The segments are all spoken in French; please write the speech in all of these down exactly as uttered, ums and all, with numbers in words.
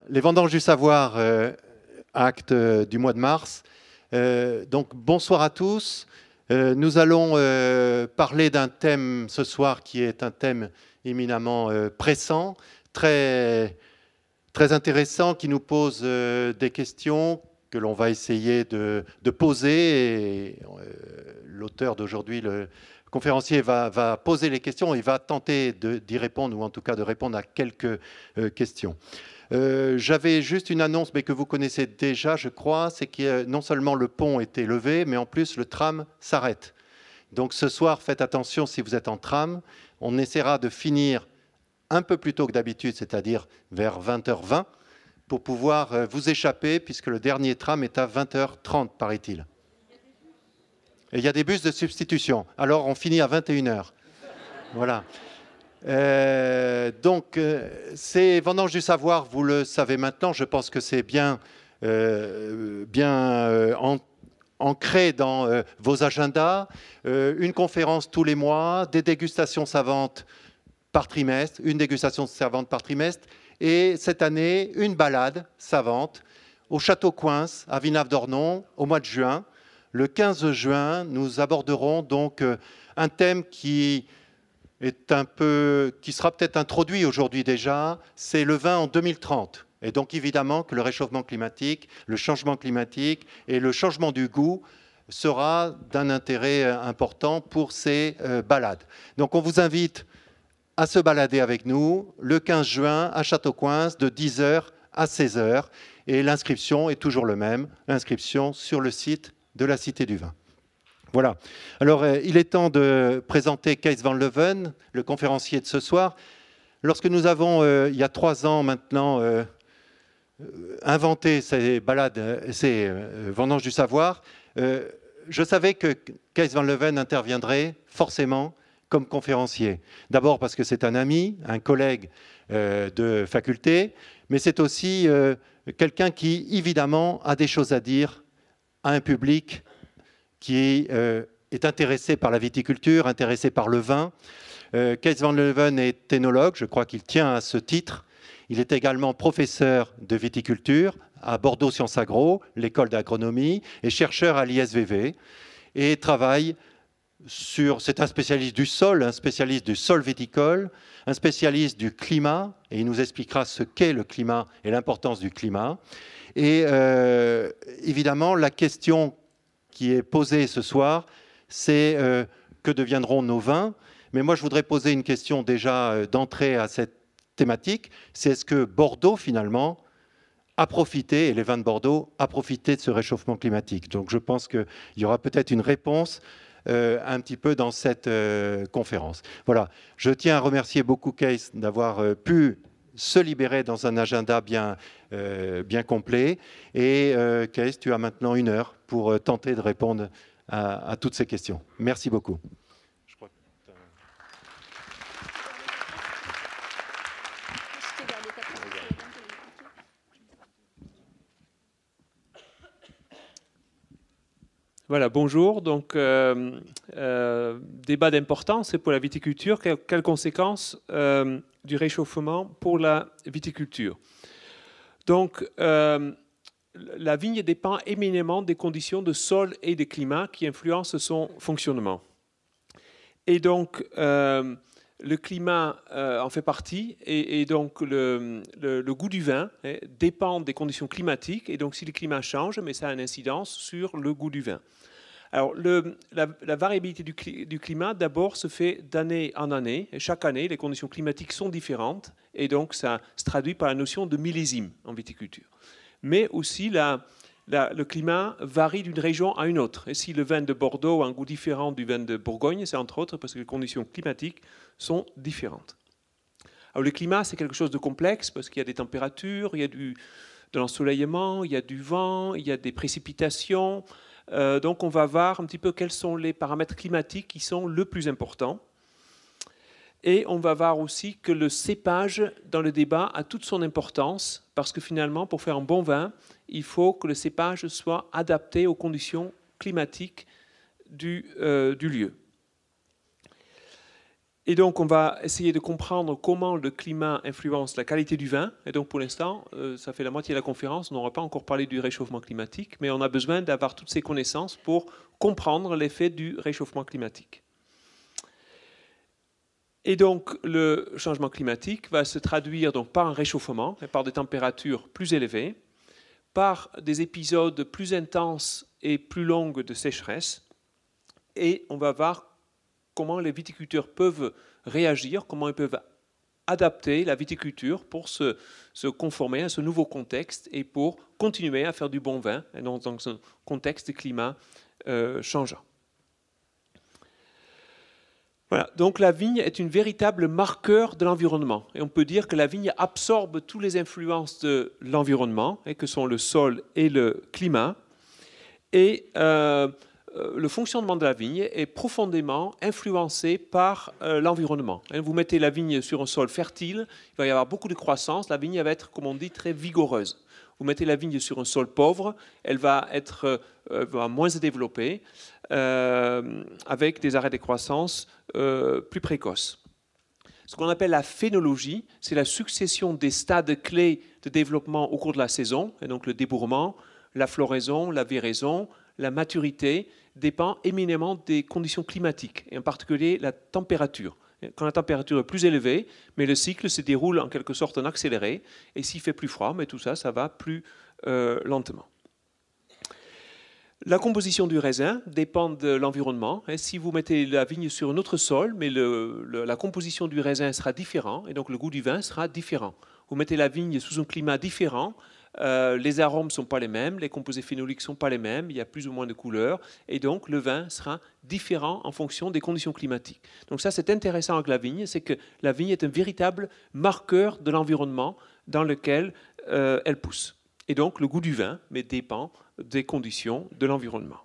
les vendanges du savoir, euh, acte euh, du mois de mars. Euh, donc bonsoir à tous. Euh, nous allons euh, parler d'un thème ce soir qui est un thème éminemment euh, pressant, très, très intéressant, qui nous pose euh, des questions que l'on va essayer de, de poser. Et, euh, l'auteur d'aujourd'hui, le conférencier, va, va poser les questions et va tenter d'y répondre, ou en tout cas de répondre à quelques euh, questions. Euh, J'avais juste une annonce, mais que vous connaissez déjà, je crois, c'est que non seulement le pont était levé, mais en plus le tram s'arrête. Donc ce soir, faites attention si vous êtes en tram. On essaiera de finir un peu plus tôt que d'habitude, c'est-à-dire vers vingt heures vingt, pour pouvoir vous échapper, puisque le dernier tram est à vingt heures trente, paraît-il. Et il y a des bus de substitution. Alors on finit à vingt et une heures. Voilà. Euh, donc, euh, ces vendanges du savoir, vous le savez maintenant, je pense que c'est bien, euh, bien euh, en, ancré dans euh, vos agendas. Euh, une conférence tous les mois, des dégustations savantes par trimestre, une dégustation savante par trimestre, et cette année, une balade savante au Château Coince, à Villenave-d'Ornon, au mois de juin. Le quinze juin, nous aborderons donc euh, un thème qui est un peu, qui sera peut-être introduit aujourd'hui déjà, c'est le vin en deux mille trente. Et donc évidemment que le réchauffement climatique, le changement climatique et le changement du goût sera d'un intérêt important pour ces euh, balades. Donc on vous invite à se balader avec nous le quinze juin à Château-Coince de dix heures à seize heures. Et l'inscription est toujours le même, l'inscription sur le site de la Cité du Vin. Voilà. Alors, euh, il est temps de présenter Kees van Leuven, le conférencier de ce soir. Lorsque nous avons, euh, il y a trois ans maintenant, euh, inventé ces balades, ces euh, vendanges du savoir, euh, je savais que Kees van Leuven interviendrait forcément comme conférencier. D'abord parce que c'est un ami, un collègue euh, de faculté, mais c'est aussi euh, quelqu'un qui, évidemment, a des choses à dire à un public qui euh, est intéressé par la viticulture, intéressé par le vin. Euh, Kees van Leuven est œnologue, je crois qu'il tient à ce titre. Il est également professeur de viticulture à Bordeaux Sciences Agro, l'école d'agronomie, et chercheur à l'I S V V, et travaille sur... C'est un spécialiste du sol, un spécialiste du sol viticole, un spécialiste du climat, et il nous expliquera ce qu'est le climat et l'importance du climat. Et euh, évidemment, la question qui est posée ce soir, c'est euh, que deviendront nos vins? Mais moi, je voudrais poser une question déjà euh, d'entrée à cette thématique. C'est est-ce que Bordeaux, finalement, a profité, et les vins de Bordeaux, a profité de ce réchauffement climatique? Donc, je pense qu'il y aura peut-être une réponse euh, un petit peu dans cette euh, conférence. Voilà. Je tiens à remercier beaucoup Kees d'avoir euh, pu se libérer dans un agenda bien, euh, bien complet. Et euh, Kees, tu as maintenant une heure pour euh, tenter de répondre à, à toutes ces questions. Merci beaucoup. Je crois que Voilà, bonjour. Donc, euh, euh, débat d'importance pour la viticulture. Quelles, quelles conséquences euh, du réchauffement pour la viticulture? Donc, euh, la vigne dépend éminemment des conditions de sol et de climat qui influencent son fonctionnement. Et donc, euh, le climat euh, en fait partie, et, et donc le, le, le goût du vin hein, dépend des conditions climatiques. Et donc, si le climat change, mais ça a une incidence sur le goût du vin. Alors, le, la, la variabilité du, du climat, d'abord, se fait d'année en année. Et chaque année, les conditions climatiques sont différentes. Et donc, ça se traduit par la notion de millésime en viticulture. Mais aussi, la, la, le climat varie d'une région à une autre. Et si le vin de Bordeaux a un goût différent du vin de Bourgogne, c'est entre autres parce que les conditions climatiques sont différentes. Alors, le climat, c'est quelque chose de complexe parce qu'il y a des températures, il y a du, de l'ensoleillement, il y a du vent, il y a des précipitations. Euh, donc, on va voir un petit peu quels sont les paramètres climatiques qui sont le plus importants. Et on va voir aussi que le cépage dans le débat a toute son importance parce que finalement, pour faire un bon vin, il faut que le cépage soit adapté aux conditions climatiques du, euh, du lieu. Et donc, on va essayer de comprendre comment le climat influence la qualité du vin. Et donc, pour l'instant, euh, ça fait la moitié de la conférence. On n'aura pas encore parlé du réchauffement climatique, mais on a besoin d'avoir toutes ces connaissances pour comprendre l'effet du réchauffement climatique. Et donc, le changement climatique va se traduire donc, par un réchauffement, et par des températures plus élevées, par des épisodes plus intenses et plus longues de sécheresse. Et on va voir comment les viticulteurs peuvent réagir, comment ils peuvent adapter la viticulture pour se, se conformer à ce nouveau contexte et pour continuer à faire du bon vin dans, dans un contexte de climat euh, changeant. Voilà, donc la vigne est une véritable marqueur de l'environnement. Et on peut dire que la vigne absorbe toutes les influences de l'environnement, et que sont le sol et le climat. Et euh, le fonctionnement de la vigne est profondément influencé par euh, l'environnement. Vous mettez la vigne sur un sol fertile, il va y avoir beaucoup de croissance, la vigne va être, comme on dit, très vigoureuse. Vous mettez la vigne sur un sol pauvre, elle va être euh, va moins se développer, euh, avec des arrêts de croissance euh, plus précoces. Ce qu'on appelle la phénologie, c'est la succession des stades clés de développement au cours de la saison, et donc le débourrement, la floraison, la véraison, la maturité dépend éminemment des conditions climatiques, et en particulier la température. Quand la température est plus élevée, mais le cycle se déroule en quelque sorte en accéléré, et s'il fait plus froid, mais tout ça, ça va plus euh, lentement. La composition du raisin dépend de l'environnement. Si vous mettez la vigne sur un autre sol, mais le, le, la composition du raisin sera différente, et donc le goût du vin sera différent. Vous mettez la vigne sous un climat différent, Euh, les arômes ne sont pas les mêmes, les composés phénoliques ne sont pas les mêmes, il y a plus ou moins de couleurs, et donc le vin sera différent en fonction des conditions climatiques. Donc ça, c'est intéressant avec la vigne, c'est que la vigne est un véritable marqueur de l'environnement dans lequel euh, elle pousse. Et donc le goût du vin mais dépend des conditions de l'environnement.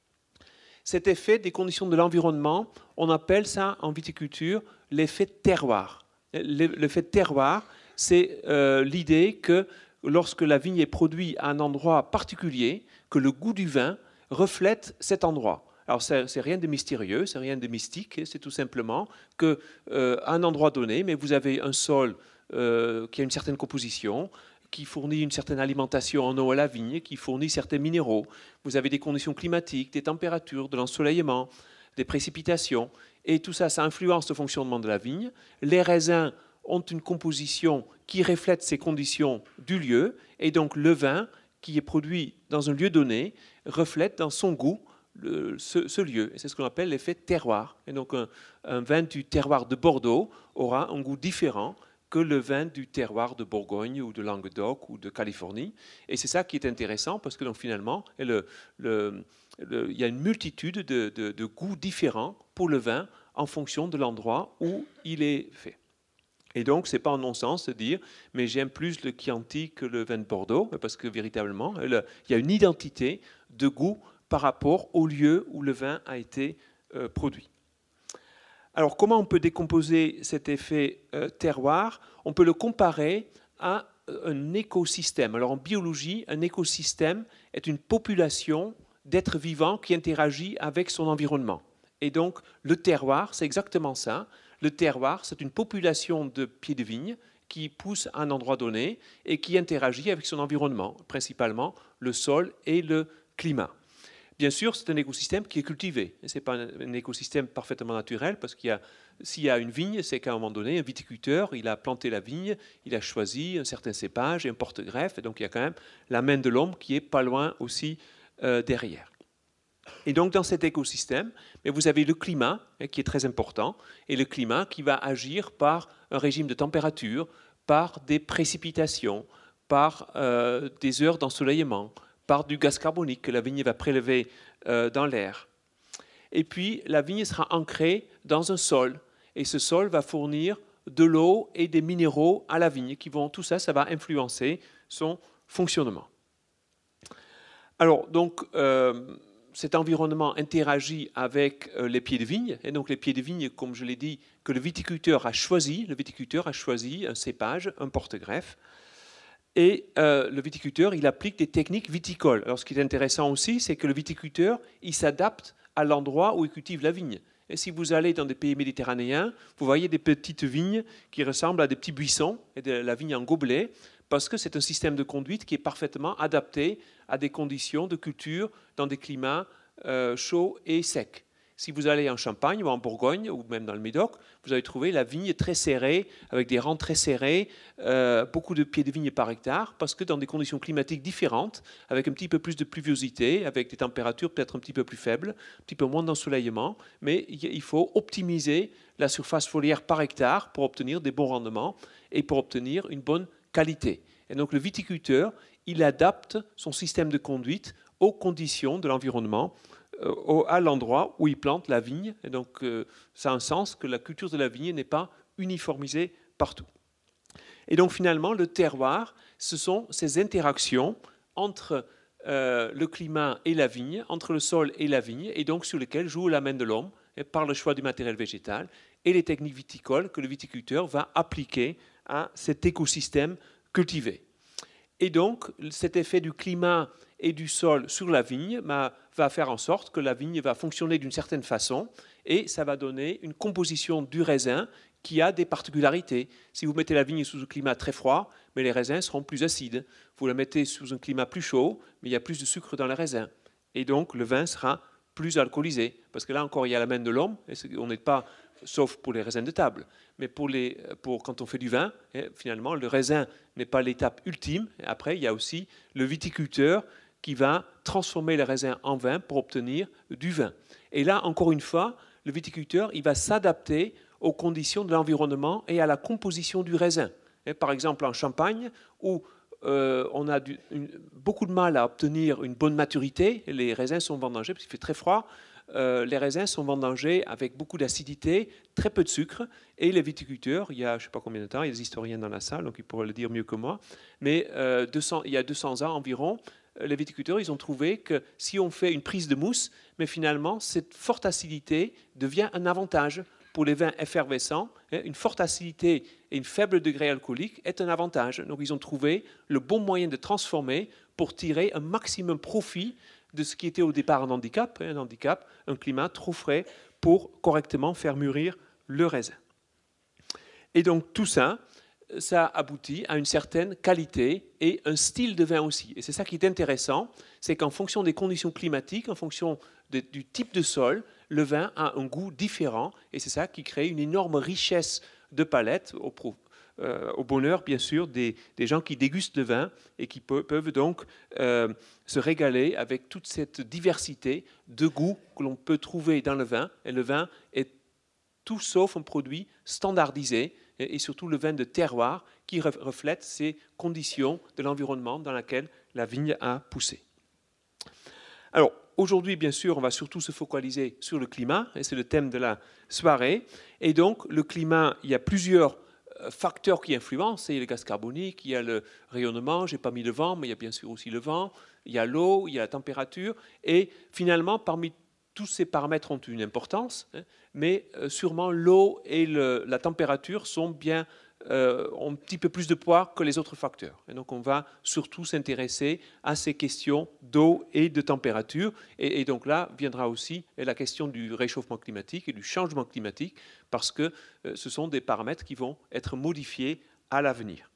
Cet effet des conditions de l'environnement, on appelle ça en viticulture l'effet terroir. L'effet terroir, c'est euh, l'idée que lorsque la vigne est produite à un endroit particulier, que le goût du vin reflète cet endroit. Alors, c'est, c'est rien de mystérieux, c'est rien de mystique, c'est tout simplement qu'à euh, un endroit donné, mais vous avez un sol euh, qui a une certaine composition, qui fournit une certaine alimentation en eau à la vigne, qui fournit certains minéraux. Vous avez des conditions climatiques, des températures, de l'ensoleillement, des précipitations, et tout ça, ça influence le fonctionnement de la vigne. Les raisins ont une composition qui reflète ces conditions du lieu, et donc le vin qui est produit dans un lieu donné reflète dans son goût le, ce, ce lieu. Et c'est ce qu'on appelle l'effet terroir. Et donc un, un vin du terroir de Bordeaux aura un goût différent que le vin du terroir de Bourgogne ou de Languedoc ou de Californie. Et c'est ça qui est intéressant, parce que donc finalement, le, le, le, il y a une multitude de, de, de goûts différents pour le vin en fonction de l'endroit où il est fait. Et donc, ce n'est pas un non-sens de dire « mais j'aime plus le Chianti que le vin de Bordeaux », parce que véritablement, il y a une identité de goût par rapport au lieu où le vin a été euh, produit. Alors, comment on peut décomposer cet effet euh, terroir? On peut le comparer à un écosystème. Alors, en biologie, un écosystème est une population d'êtres vivants qui interagit avec son environnement. Et donc, le terroir, c'est exactement ça. Le terroir, c'est une population de pieds de vigne qui pousse à un endroit donné et qui interagit avec son environnement, principalement le sol et le climat. Bien sûr, c'est un écosystème qui est cultivé. Ce n'est pas un écosystème parfaitement naturel, parce qu'il y a, s'il y a une vigne, c'est qu'à un moment donné, un viticulteur, il a planté la vigne, il a choisi un certain cépage et un porte-greffe, et donc il y a quand même la main de l'homme qui est pas loin aussi euh, derrière. Et donc, dans cet écosystème, vous avez le climat qui est très important, et le climat qui va agir par un régime de température, par des précipitations, par euh, des heures d'ensoleillement, par du gaz carbonique que la vigne va prélever euh, dans l'air. Et puis, la vigne sera ancrée dans un sol, et ce sol va fournir de l'eau et des minéraux à la vigne, qui vont, tout ça, ça va influencer son fonctionnement. Alors, donc, euh, cet environnement interagit avec les pieds de vigne, et donc les pieds de vigne, comme je l'ai dit, que le viticulteur a choisi, le viticulteur a choisi un cépage, un porte-greffe, et euh, le viticulteur, il applique des techniques viticoles. Alors ce qui est intéressant aussi, c'est que le viticulteur, il s'adapte à l'endroit où il cultive la vigne. Et si vous allez dans des pays méditerranéens, vous voyez des petites vignes qui ressemblent à des petits buissons, et de la vigne en gobelet, parce que c'est un système de conduite qui est parfaitement adapté à des conditions de culture dans des climats euh, chauds et secs. Si vous allez en Champagne ou en Bourgogne, ou même dans le Médoc, vous allez trouver la vigne très serrée, avec des rangs très serrés, euh, beaucoup de pieds de vigne par hectare, parce que dans des conditions climatiques différentes, avec un petit peu plus de pluviosité, avec des températures peut-être un petit peu plus faibles, un petit peu moins d'ensoleillement, mais il faut optimiser la surface foliaire par hectare pour obtenir des bons rendements et pour obtenir une bonne qualité. Et donc le viticulteur, il adapte son système de conduite aux conditions de l'environnement, à l'endroit où il plante la vigne. Et donc, euh, ça a un sens que la culture de la vigne n'est pas uniformisée partout. Et donc, finalement, le terroir, ce sont ces interactions entre euh, le climat et la vigne, entre le sol et la vigne, et donc sur lesquelles joue la main de l'homme par le choix du matériel végétal et les techniques viticoles que le viticulteur va appliquer à cet écosystème cultivé. Et donc, cet effet du climat et du sol sur la vigne bah, va faire en sorte que la vigne va fonctionner d'une certaine façon et ça va donner une composition du raisin qui a des particularités. Si vous mettez la vigne sous un climat très froid, mais les raisins seront plus acides. Vous la mettez sous un climat plus chaud, mais il y a plus de sucre dans les raisins. Et donc, le vin sera plus alcoolisé. Parce que là encore, il y a la main de l'homme. On n'est pas, sauf pour les raisins de table. Mais pour les, pour, quand on fait du vin, finalement, le raisin n'est pas l'étape ultime. Et après, il y a aussi le viticulteur qui va transformer les raisins en vin pour obtenir du vin. Et là, encore une fois, le viticulteur, il va s'adapter aux conditions de l'environnement et à la composition du raisin. Et par exemple, en Champagne, où euh, on a du, une, beaucoup de mal à obtenir une bonne maturité, les raisins sont vendangés parce qu'il fait très froid, euh, les raisins sont vendangés avec beaucoup d'acidité, très peu de sucre, et les viticulteurs, il y a je ne sais pas combien de temps, il y a des historiens dans la salle, donc ils pourraient le dire mieux que moi, mais euh, deux cents, il y a deux cents ans environ, les viticulteurs, ils ont trouvé que si on fait une prise de mousse, mais finalement, cette forte acidité devient un avantage pour les vins effervescents. Une forte acidité et une faible degré alcoolique est un avantage. Donc, ils ont trouvé le bon moyen de transformer pour tirer un maximum profit de ce qui était au départ un handicap, un handicap, un climat trop frais pour correctement faire mûrir le raisin. Et donc, tout ça, ça aboutit à une certaine qualité et un style de vin aussi. Et c'est ça qui est intéressant, c'est qu'en fonction des conditions climatiques, en fonction de, du type de sol, le vin a un goût différent et c'est ça qui crée une énorme richesse de palette au, euh, au bonheur, bien sûr, des, des gens qui dégustent le vin et qui pe- peuvent donc euh, se régaler avec toute cette diversité de goûts que l'on peut trouver dans le vin. Et le vin est tout sauf un produit standardisé, et surtout le vin de terroir qui reflète ces conditions de l'environnement dans lequel la vigne a poussé. Alors, aujourd'hui, bien sûr, on va surtout se focaliser sur le climat, et c'est le thème de la soirée. Et donc, le climat, il y a plusieurs facteurs qui influencent. Il y a le gaz carbonique, il y a le rayonnement, je n'ai pas mis le vent, mais il y a bien sûr aussi le vent, il y a l'eau, il y a la température. Et finalement, parmi tous ces paramètres ont une importance, mais sûrement l'eau et le, la température sont bien, euh, ont un petit peu plus de poids que les autres facteurs. Et donc on va surtout s'intéresser à ces questions d'eau et de température. Et, et donc là viendra aussi la question du réchauffement climatique et du changement climatique, parce que euh, ce sont des paramètres qui vont être modifiés à l'avenir.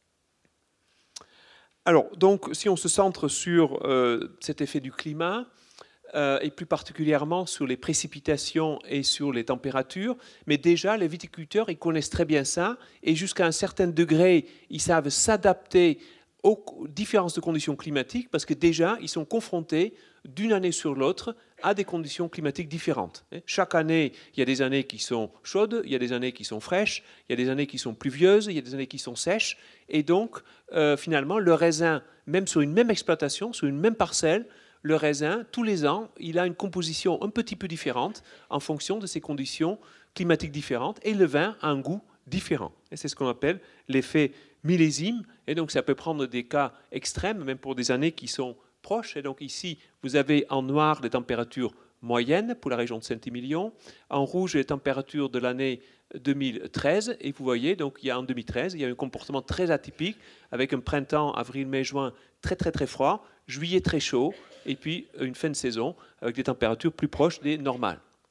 Alors, donc, si on se centre sur euh, cet effet du climat, Euh, et plus particulièrement sur les précipitations et sur les températures. Mais déjà, les viticulteurs, ils connaissent très bien ça, et jusqu'à un certain degré, ils savent s'adapter aux différences de conditions climatiques, parce que déjà, ils sont confrontés d'une année sur l'autre à des conditions climatiques différentes. Chaque année, il y a des années qui sont chaudes, il y a des années qui sont fraîches, il y a des années qui sont pluvieuses, il y a des années qui sont sèches, et donc, euh, finalement, le raisin, même sur une même exploitation, sur une même parcelle, le raisin, tous les ans, il a une composition un petit peu différente en fonction de ces conditions climatiques différentes, et le vin a un goût différent. Et c'est ce qu'on appelle l'effet millésime, et donc ça peut prendre des cas extrêmes, même pour des années qui sont proches. Et donc ici, vous avez en noir les températures moyennes pour la région de Saint-Émilion, en rouge les températures de l'année deux mille treize, et vous voyez, donc il y a en deux mille treize, il y a un comportement très atypique, avec un printemps, avril, mai, juin, très très très froid, juillet très chaud, et puis une fin de saison avec des températures plus proches des normales.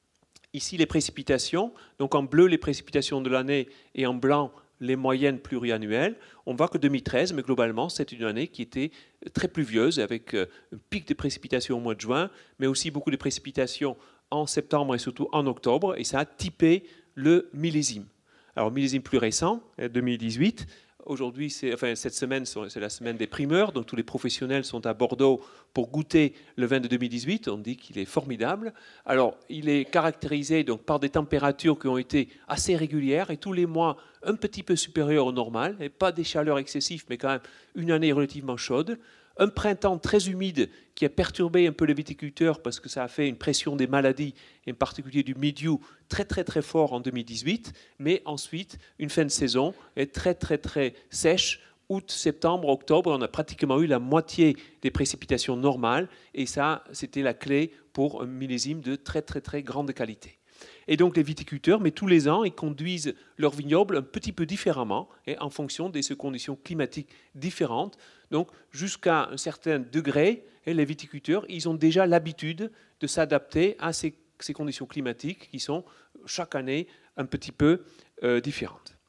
Ici, les précipitations, donc en bleu, les précipitations de l'année et en blanc, les moyennes pluriannuelles. On voit que deux mille treize, mais globalement, c'est une année qui était très pluvieuse, avec un pic de précipitations au mois de juin, mais aussi beaucoup de précipitations en septembre et surtout en octobre, et ça a typé le millésime. Alors, millésime plus récent, deux mille dix-huit. Aujourd'hui, enfin, cette semaine, c'est la semaine des primeurs, donc tous les professionnels sont à Bordeaux pour goûter le vin de deux mille dix-huit. On dit qu'il est formidable. Alors, il est caractérisé donc, par des températures qui ont été assez régulières et tous les mois un petit peu supérieures au normal, et pas des chaleurs excessives, mais quand même une année relativement chaude. Un printemps très humide qui a perturbé un peu les viticulteurs parce que ça a fait une pression des maladies, et en particulier du mildiou, très très très fort en deux mille dix-huit. Mais ensuite, une fin de saison est très très très sèche. Août, septembre, octobre, on a pratiquement eu la moitié des précipitations normales. Et ça, c'était la clé pour un millésime de très très très grande qualité. Et donc les viticulteurs, mais tous les ans, ils conduisent leur vignoble un petit peu différemment et en fonction de ces conditions climatiques différentes. Donc jusqu'à un certain degré, les viticulteurs, ils ont déjà l'habitude de s'adapter à ces, ces conditions climatiques qui sont chaque année un petit peu euh, différentes.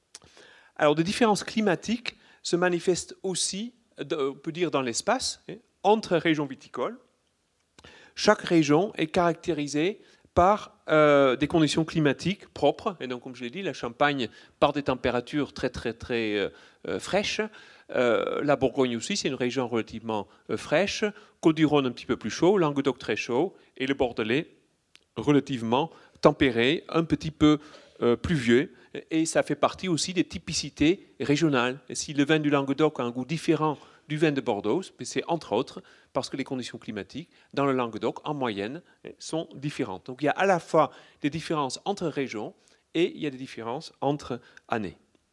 Alors des différences climatiques se manifestent aussi, on peut dire, dans l'espace, hein, entre régions viticoles. Chaque région est caractérisée par euh, des conditions climatiques propres. Et donc, comme je l'ai dit, la Champagne par des températures très, très, très euh, euh, fraîches. Euh, la Bourgogne aussi, c'est une région relativement euh, fraîche. Côte-du-Rhône un petit peu plus chaud. Languedoc très chaud. Et le Bordelais relativement tempéré, un petit peu euh, pluvieux. Et ça fait partie aussi des typicités régionales. Et si le vin du Languedoc a un goût différent du vin de Bordeaux, c'est entre autres parce que les conditions climatiques dans le Languedoc, en moyenne, sont différentes. Donc il y a à la fois des différences entre régions et il y a des différences entre années.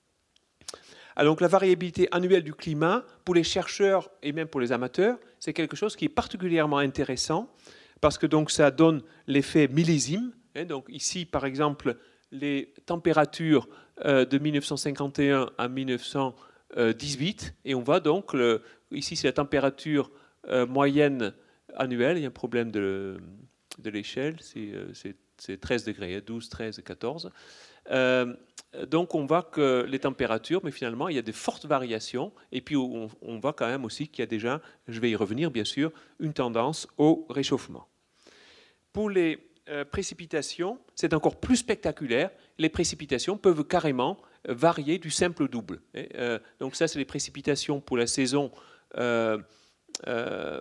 Alors, donc la variabilité annuelle du climat, pour les chercheurs et même pour les amateurs, c'est quelque chose qui est particulièrement intéressant parce que donc, ça donne l'effet millésime. Donc ici, par exemple, les températures de mille neuf cent cinquante et un à mille neuf cent dix-huit, et on voit donc, le, ici c'est la température euh, moyenne annuelle, il y a un problème de, de l'échelle, c'est treize degrés, douze, treize, quatorze. Euh, donc on voit que les températures, mais finalement il y a de fortes variations, et puis on, on voit quand même aussi qu'il y a déjà, je vais y revenir bien sûr, une tendance au réchauffement. Pour les euh, précipitations, c'est encore plus spectaculaire, les précipitations peuvent carrément varier du simple au double. Et, euh, donc ça, c'est les précipitations pour la saison, euh, euh,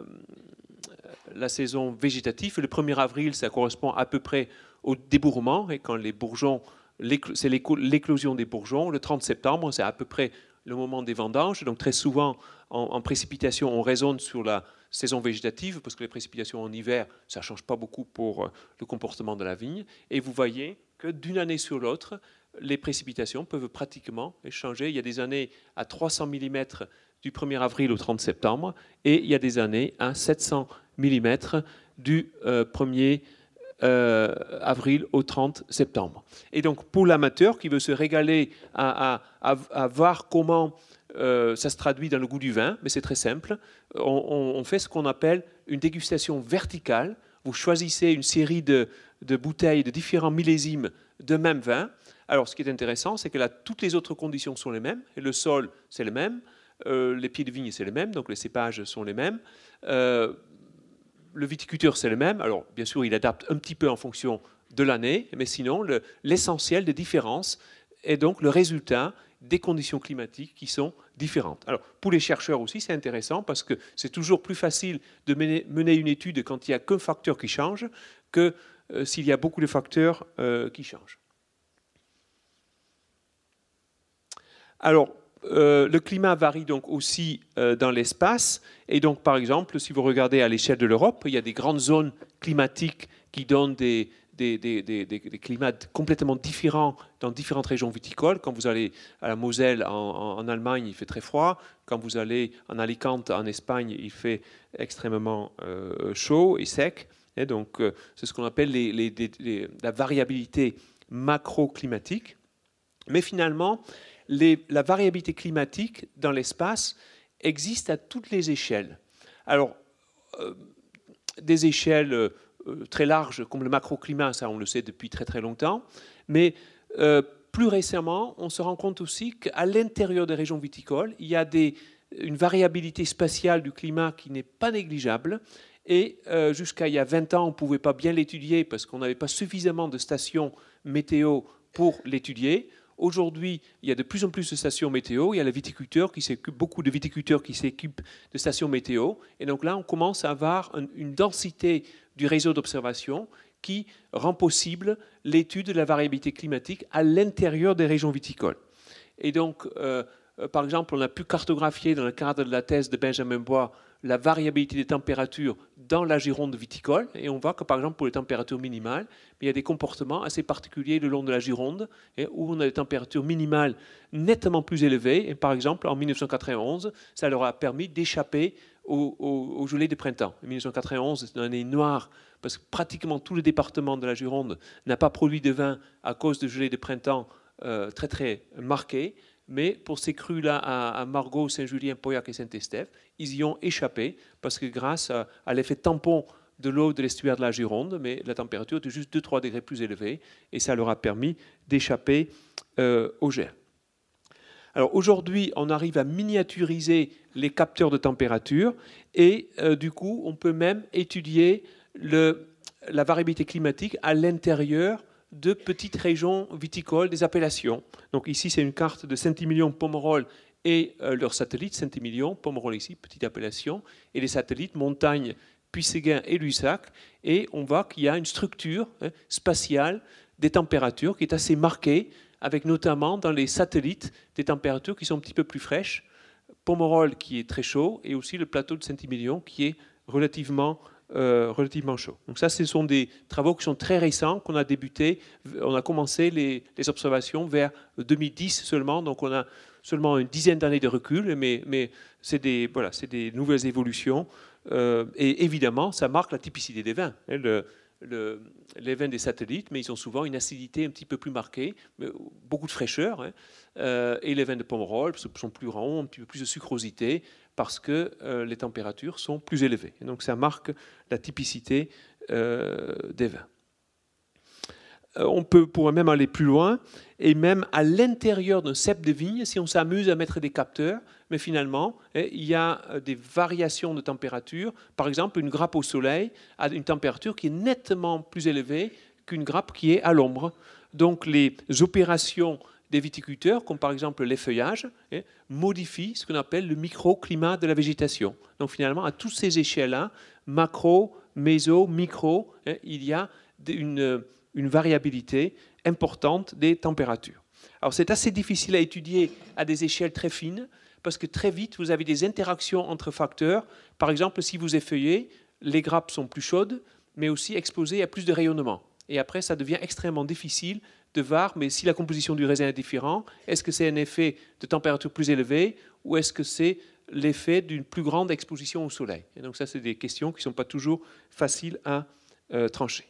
la saison végétative. Le premier avril, ça correspond à peu près au débourrement, et quand les bourgeons, c'est l'éclosion des bourgeons. Le trente septembre, c'est à peu près le moment des vendanges. Donc très souvent, en, en précipitation, on raisonne sur la saison végétative, parce que les précipitations en hiver, ça ne change pas beaucoup pour le comportement de la vigne. Et vous voyez que d'une année sur l'autre, les précipitations peuvent pratiquement changer. Il y a des années à trois cents millimètres du premier avril au trente septembre, et il y a des années à sept cents millimètres du euh, premier euh, avril au trente septembre. Et donc, pour l'amateur qui veut se régaler à, à, à, à voir comment euh, ça se traduit dans le goût du vin, mais c'est très simple, on, on fait ce qu'on appelle une dégustation verticale. Vous choisissez une série de, de bouteilles de différents millésimes de même vin. Alors, ce qui est intéressant, c'est que là, toutes les autres conditions sont les mêmes. Et le sol, c'est le même. Euh, les pieds de vigne, c'est le même. Donc, les cépages sont les mêmes. Euh, le viticulteur, c'est le même. Alors, bien sûr, il adapte un petit peu en fonction de l'année. Mais sinon, l'essentiel le, des différences est donc le résultat des conditions climatiques qui sont différentes. Alors, pour les chercheurs aussi, c'est intéressant parce que c'est toujours plus facile de mener, mener une étude quand il n'y a qu'un facteur qui change que euh, s'il y a beaucoup de facteurs euh, qui changent. Alors, euh, le climat varie donc aussi euh, dans l'espace. Et donc, par exemple, si vous regardez à l'échelle de l'Europe, il y a des grandes zones climatiques qui donnent des, des, des, des, des climats complètement différents dans différentes régions viticoles. Quand vous allez à la Moselle, en, en, en Allemagne, il fait très froid. Quand vous allez en Alicante, en Espagne, il fait extrêmement euh, chaud et sec. Et donc, euh, c'est ce qu'on appelle les, les, les, les, la variabilité macroclimatique. Mais finalement, Les, la variabilité climatique dans l'espace existe à toutes les échelles. Alors, euh, des échelles euh, très larges comme le macroclimat, ça on le sait depuis très très longtemps, mais euh, plus récemment, on se rend compte aussi qu'à l'intérieur des régions viticoles, il y a des, une variabilité spatiale du climat qui n'est pas négligeable. Et euh, jusqu'à il y a vingt ans, on ne pouvait pas bien l'étudier parce qu'on n'avait pas suffisamment de stations météo pour l'étudier. Aujourd'hui, il y a de plus en plus de stations météo. Il y a les viticulteurs qui s'occupent, beaucoup de viticulteurs qui s'occupent de stations météo. Et donc là, on commence à avoir un, une densité du réseau d'observation qui rend possible l'étude de la variabilité climatique à l'intérieur des régions viticoles. Et donc, euh, par exemple, on a pu cartographier dans le cadre de la thèse de Benjamin Bois la variabilité des températures dans la Gironde viticole. Et on voit que, par exemple, pour les températures minimales, il y a des comportements assez particuliers le long de la Gironde, où on a des températures minimales nettement plus élevées. Et par exemple, en mille neuf cent quatre-vingt-onze, ça leur a permis d'échapper aux, aux, aux gelées de printemps. En mille neuf cent quatre-vingt-onze, c'est une année noire, parce que pratiquement tout le département de la Gironde n'a pas produit de vin à cause de gelées de printemps euh, très très marquées. Mais pour ces crus-là à, à Margaux, Saint-Julien, Pauillac et Saint-Estèphe, ils y ont échappé parce que grâce à, à l'effet tampon de l'eau de l'estuaire de la Gironde, mais la température était juste deux à trois degrés plus élevée et ça leur a permis d'échapper euh, au gel. Alors aujourd'hui, on arrive à miniaturiser les capteurs de température et euh, du coup, on peut même étudier le, la variabilité climatique à l'intérieur de petites régions viticoles, des appellations. Donc ici, c'est une carte de Saint-Émilion, Pomerol et euh, leurs satellites. Saint-Émilion, Pomerol ici, petite appellation, et les satellites, Montagne, Puy-Séguin et Lussac. Et on voit qu'il y a une structure hein, spatiale des températures qui est assez marquée, avec notamment dans les satellites des températures qui sont un petit peu plus fraîches. Pomerol qui est très chaud, et aussi le plateau de Saint-Émilion qui est relativement Euh, relativement chaud. Donc ça, ce sont des travaux qui sont très récents, qu'on a débuté, on a commencé les, les observations vers deux mille dix seulement, donc on a seulement une dizaine d'années de recul, mais, mais c'est des, voilà, c'est des nouvelles évolutions. Euh, et évidemment, ça marque la typicité des vins. Hein, le, le, les vins des satellites, mais ils ont souvent une acidité un petit peu plus marquée, beaucoup de fraîcheur, hein, euh, et les vins de Pomerol sont plus ronds, un petit peu plus de sucrosité, parce que euh, les températures sont plus élevées. Et donc ça marque la typicité euh, des vins. Euh, on peut, pourrait même aller plus loin, et même à l'intérieur d'un cep de vigne, si on s'amuse à mettre des capteurs, mais finalement, eh, il y a des variations de température. Par exemple, une grappe au soleil a une température qui est nettement plus élevée qu'une grappe qui est à l'ombre. Donc les opérations des viticulteurs, comme par exemple l'effeuillage, hein, modifient ce qu'on appelle le microclimat de la végétation. Donc finalement, à toutes ces échelles-là, macro, méso, micro, hein, il y a une, une variabilité importante des températures. Alors c'est assez difficile à étudier à des échelles très fines, parce que très vite, vous avez des interactions entre facteurs. Par exemple, si vous effeuillez, les grappes sont plus chaudes, mais aussi exposées à plus de rayonnement. Et après, ça devient extrêmement difficile de voir, mais si la composition du raisin est différente, est-ce que c'est un effet de température plus élevée ou est-ce que c'est l'effet d'une plus grande exposition au soleil? Et donc ça, c'est des questions qui ne sont pas toujours faciles à euh, trancher.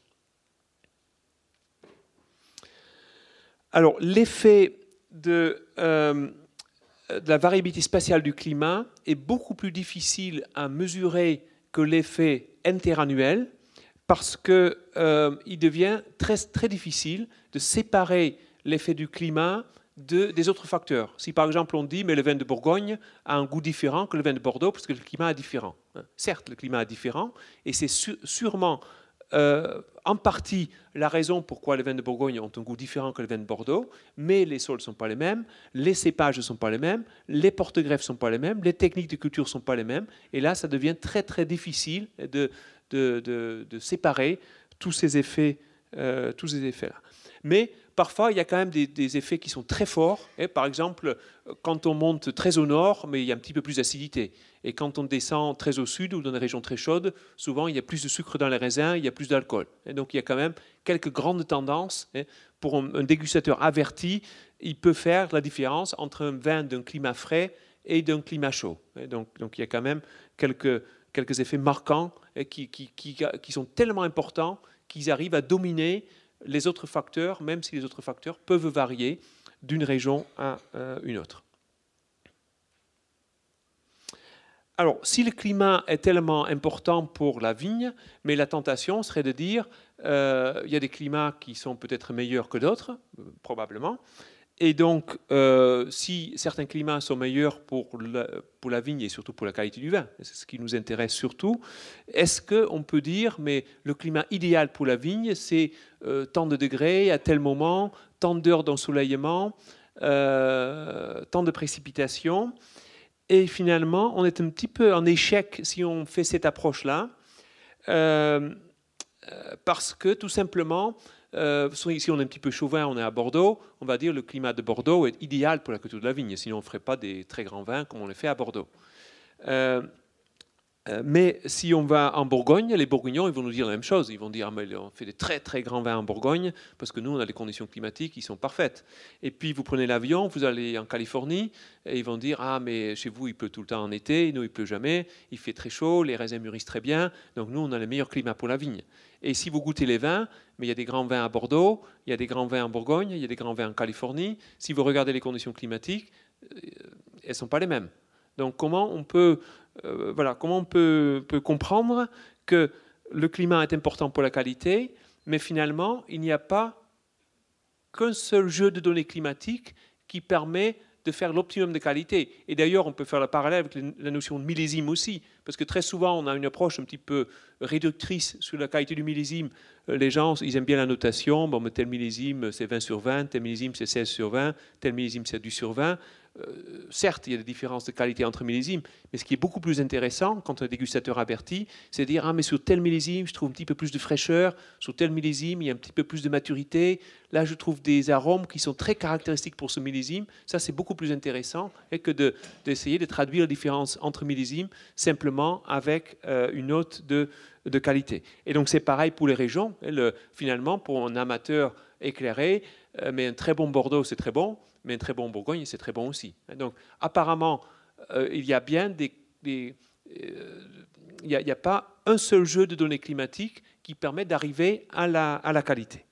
Alors, l'effet de, euh, de la variabilité spatiale du climat est beaucoup plus difficile à mesurer que l'effet interannuel, parce qu'il euh, devient très, très difficile de séparer l'effet du climat de, des autres facteurs. Si par exemple on dit mais le vin de Bourgogne a un goût différent que le vin de Bordeaux parce que le climat est différent. Certes, le climat est différent et c'est su- sûrement euh, en partie la raison pourquoi les vins de Bourgogne ont un goût différent que le vin de Bordeaux, mais les sols ne sont pas les mêmes, les cépages ne sont pas les mêmes, les porte-greffes ne sont pas les mêmes, les techniques de culture ne sont pas les mêmes, et là ça devient très très difficile de De, de, de séparer tous ces effets, euh, tous ces effets-là. Mais parfois, il y a quand même des, des effets qui sont très forts. Et par exemple, quand on monte très au nord, mais il y a un petit peu plus d'acidité. Et quand on descend très au sud ou dans des régions très chaudes, souvent il y a plus de sucre dans les raisins, il y a plus d'alcool. Et donc il y a quand même quelques grandes tendances. Et pour un, un dégustateur averti, il peut faire la différence entre un vin d'un climat frais et d'un climat chaud. Et donc, donc il y a quand même quelques quelques effets marquants qui, qui, qui, qui sont tellement importants qu'ils arrivent à dominer les autres facteurs, même si les autres facteurs peuvent varier d'une région à une autre. Alors, si le climat est tellement important pour la vigne, mais la tentation serait de dire euh, il y a des climats qui sont peut-être meilleurs que d'autres, euh, probablement. Et donc, euh, si certains climats sont meilleurs pour la, pour la vigne et surtout pour la qualité du vin, c'est ce qui nous intéresse surtout, est-ce qu'on peut dire, mais le climat idéal pour la vigne, c'est euh, tant de degrés à tel moment, tant d'heures d'ensoleillement, euh, tant de précipitations. Et finalement, on est un petit peu en échec si on fait cette approche-là, euh, parce que tout simplement, euh, si on est un petit peu chauvin, on est à Bordeaux, on va dire que le climat de Bordeaux est idéal pour la culture de la vigne, sinon on ne ferait pas des très grands vins comme on les fait à Bordeaux. Euh, Mais si on va en Bourgogne, les Bourguignons ils vont nous dire la même chose. Ils vont dire ah, mais on fait des très très grands vins en Bourgogne parce que nous on a des conditions climatiques qui sont parfaites. Et puis vous prenez l'avion, vous allez en Californie et ils vont dire ah mais chez vous il pleut tout le temps en été, nous il pleut jamais, il fait très chaud, les raisins mûrissent très bien, donc nous on a le meilleur climat pour la vigne. Et si vous goûtez les vins, mais il y a des grands vins à Bordeaux, il y a des grands vins en Bourgogne, il y a des grands vins en Californie. Si vous regardez les conditions climatiques, elles ne sont pas les mêmes. Donc comment on peut Euh, voilà, comment on peut, peut comprendre que le climat est important pour la qualité, mais finalement, il n'y a pas qu'un seul jeu de données climatiques qui permet de faire l'optimum de qualité. Et d'ailleurs, on peut faire le parallèle avec la notion de millésime aussi, parce que très souvent, on a une approche un petit peu réductrice sur la qualité du millésime. Les gens, ils aiment bien la notation, bon, mais tel millésime, c'est vingt sur vingt, tel millésime, c'est seize sur vingt, tel millésime, c'est dix sur vingt. Euh, certes, il y a des différences de qualité entre millésimes, mais ce qui est beaucoup plus intéressant quand un dégustateur avertit, c'est de dire ah mais sur tel millésime, je trouve un petit peu plus de fraîcheur, sur tel millésime, il y a un petit peu plus de maturité. Là, je trouve des arômes qui sont très caractéristiques pour ce millésime. Ça, c'est beaucoup plus intéressant que de, d'essayer de traduire la différence entre millésimes simplement avec euh, une note de, de qualité. Et donc, c'est pareil pour les régions. Le, finalement, pour un amateur éclairé, euh, mais un très bon Bordeaux, c'est très bon. Mais un très bon Bourgogne, c'est très bon aussi. Donc, apparemment, euh, il y a bien des... des euh, il n'y a, a pas un seul jeu de données climatiques qui permet d'arriver à la, à la qualité.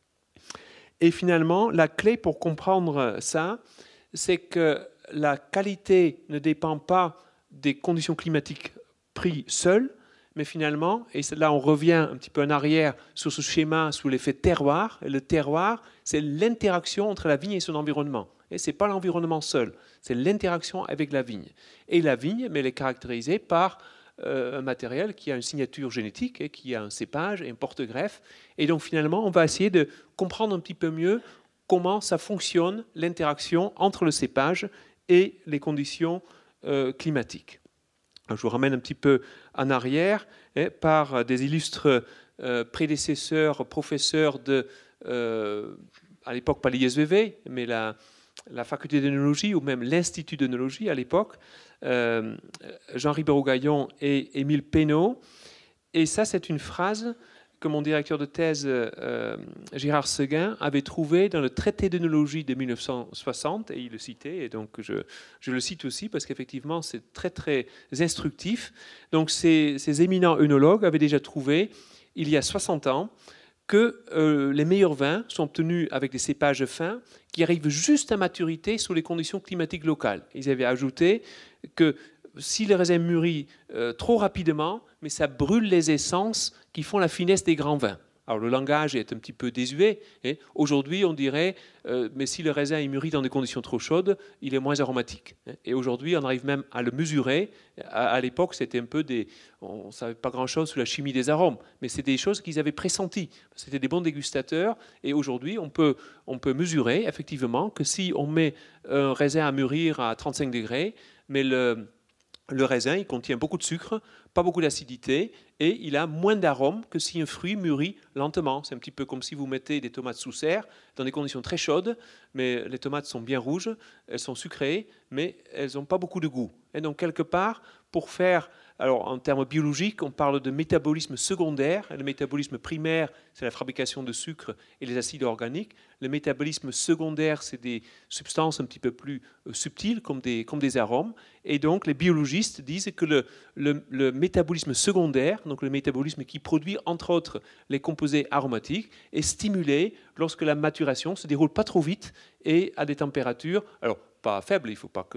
Et finalement, la clé pour comprendre ça, c'est que la qualité ne dépend pas des conditions climatiques prises seules, mais finalement, et là on revient un petit peu en arrière sur ce schéma sous l'effet terroir, et le terroir, c'est l'interaction entre la vigne et son environnement. Et ce n'est pas l'environnement seul, c'est l'interaction avec la vigne. Et la vigne, mais elle est caractérisée par euh, un matériel qui a une signature génétique, et qui a un cépage et un porte-greffe. Et donc finalement, on va essayer de comprendre un petit peu mieux comment ça fonctionne, l'interaction entre le cépage et les conditions euh, climatiques. Je vous ramène un petit peu en arrière hein, par des illustres euh, prédécesseurs, professeurs de, euh, à l'époque pas l'I S V V, mais la, la faculté d'œnologie ou même l'Institut d'œnologie à l'époque, euh, Jean Ribéreau-Gaillon et Émile Pénaud. Et ça, c'est une phrase que mon directeur de thèse, euh, Gérard Seguin, avait trouvé dans le traité d'œnologie de mille neuf cent soixante, et il le citait, et donc je, je le cite aussi parce qu'effectivement c'est très très instructif. Donc ces, ces éminents œnologues avaient déjà trouvé, il y a soixante ans, que euh, les meilleurs vins sont obtenus avec des cépages fins qui arrivent juste à maturité sous les conditions climatiques locales. Ils avaient ajouté que si le raisin mûrit euh, trop rapidement, mais ça brûle les essences qui font la finesse des grands vins. Alors le langage est un petit peu désuet. Hein. Aujourd'hui, on dirait, euh, mais si le raisin est mûri dans des conditions trop chaudes, il est moins aromatique. Hein. Et aujourd'hui, on arrive même à le mesurer. À, à l'époque, c'était un peu des, on ne savait pas grand-chose sur la chimie des arômes, mais c'est des choses qu'ils avaient pressenties. C'était des bons dégustateurs. Et aujourd'hui, on peut, on peut mesurer effectivement que si on met un raisin à mûrir à trente-cinq degrés, mais le Le raisin, il contient beaucoup de sucre, pas beaucoup d'acidité, et il a moins d'arôme que si un fruit mûrit lentement. C'est un petit peu comme si vous mettez des tomates sous serre dans des conditions très chaudes, mais les tomates sont bien rouges, elles sont sucrées, mais elles n'ont pas beaucoup de goût. Et donc, quelque part, pour faire... Alors, en termes biologiques, on parle de métabolisme secondaire. Le métabolisme primaire, c'est la fabrication de sucre et les acides organiques. Le métabolisme secondaire, c'est des substances un petit peu plus subtiles, comme des, comme des arômes. Et donc, les biologistes disent que le, le, le métabolisme secondaire, donc le métabolisme qui produit, entre autres, les composés aromatiques, est stimulé lorsque la maturation se déroule pas trop vite et à des températures... Alors, pas faible, il ne faut pas, que,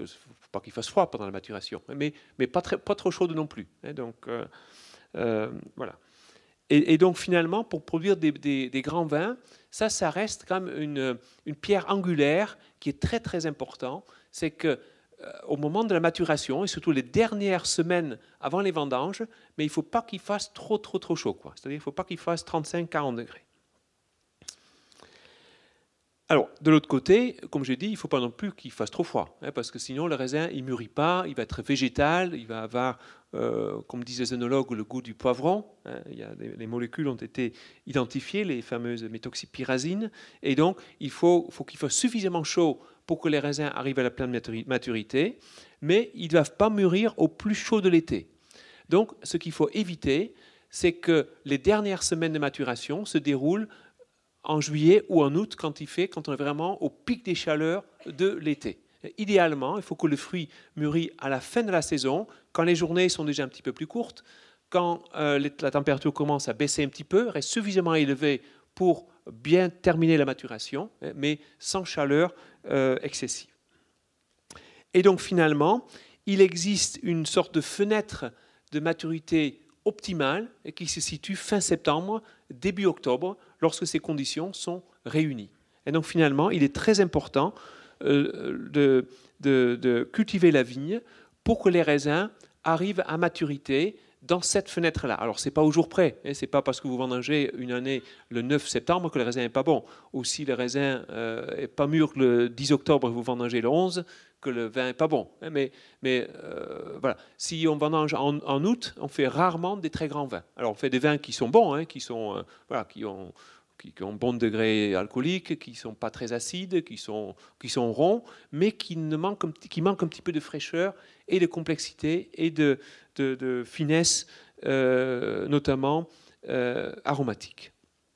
faut pas qu'il fasse froid pendant la maturation, mais, mais pas, très, pas trop chaude non plus. Hein, donc, euh, euh, voilà. Et, et donc, finalement, pour produire des, des, des grands vins, ça, ça reste quand même une, une pierre angulaire qui est très, très important. C'est que euh, au moment de la maturation, et surtout les dernières semaines avant les vendanges, mais il ne faut pas qu'il fasse trop, trop, trop chaud, quoi. C'est-à-dire qu'il ne faut pas qu'il fasse trente-cinq à quarante degrés. Alors, de l'autre côté, comme j'ai dit, il ne faut pas non plus qu'il fasse trop froid, hein, parce que sinon le raisin il mûrit pas, il va être végétal, il va avoir, euh, comme disent les œnologues, le goût du poivron. Hein, il y a des, les molécules ont été identifiées, les fameuses méthoxypyrazines, et donc il faut, faut qu'il fasse suffisamment chaud pour que les raisins arrivent à la pleine maturité, mais ils ne doivent pas mûrir au plus chaud de l'été. Donc, ce qu'il faut éviter, c'est que les dernières semaines de maturation se déroulent en juillet ou en août, quand il fait, quand on est vraiment au pic des chaleurs de l'été. Idéalement, il faut que le fruit mûrisse à la fin de la saison, quand les journées sont déjà un petit peu plus courtes, quand euh, la température commence à baisser un petit peu, reste suffisamment élevée pour bien terminer la maturation, mais sans chaleur euh, excessive. Et donc finalement, il existe une sorte de fenêtre de maturité optimale qui se situe fin septembre, début octobre, lorsque ces conditions sont réunies. Et donc finalement, il est très important euh, de, de, de cultiver la vigne pour que les raisins arrivent à maturité dans cette fenêtre-là. Alors, ce n'est pas au jour près, hein, ce n'est pas parce que vous vendangez une année le neuf septembre que le raisin n'est pas bon. Ou si le raisin n'est euh, pas mûr le dix octobre et vous vendangez le onze, que le vin n'est pas bon. Hein, mais mais euh, voilà, si on vendange en, en août, on fait rarement des très grands vins. Alors, on fait des vins qui sont bons, hein, qui, sont, euh, voilà, qui ont... qui ont bon degré alcoolique, qui ne sont pas très acides, qui sont, qui sont ronds, mais qui, ne manquent, qui manquent un petit peu de fraîcheur et de complexité et de, de, de finesse, euh, notamment euh, aromatique.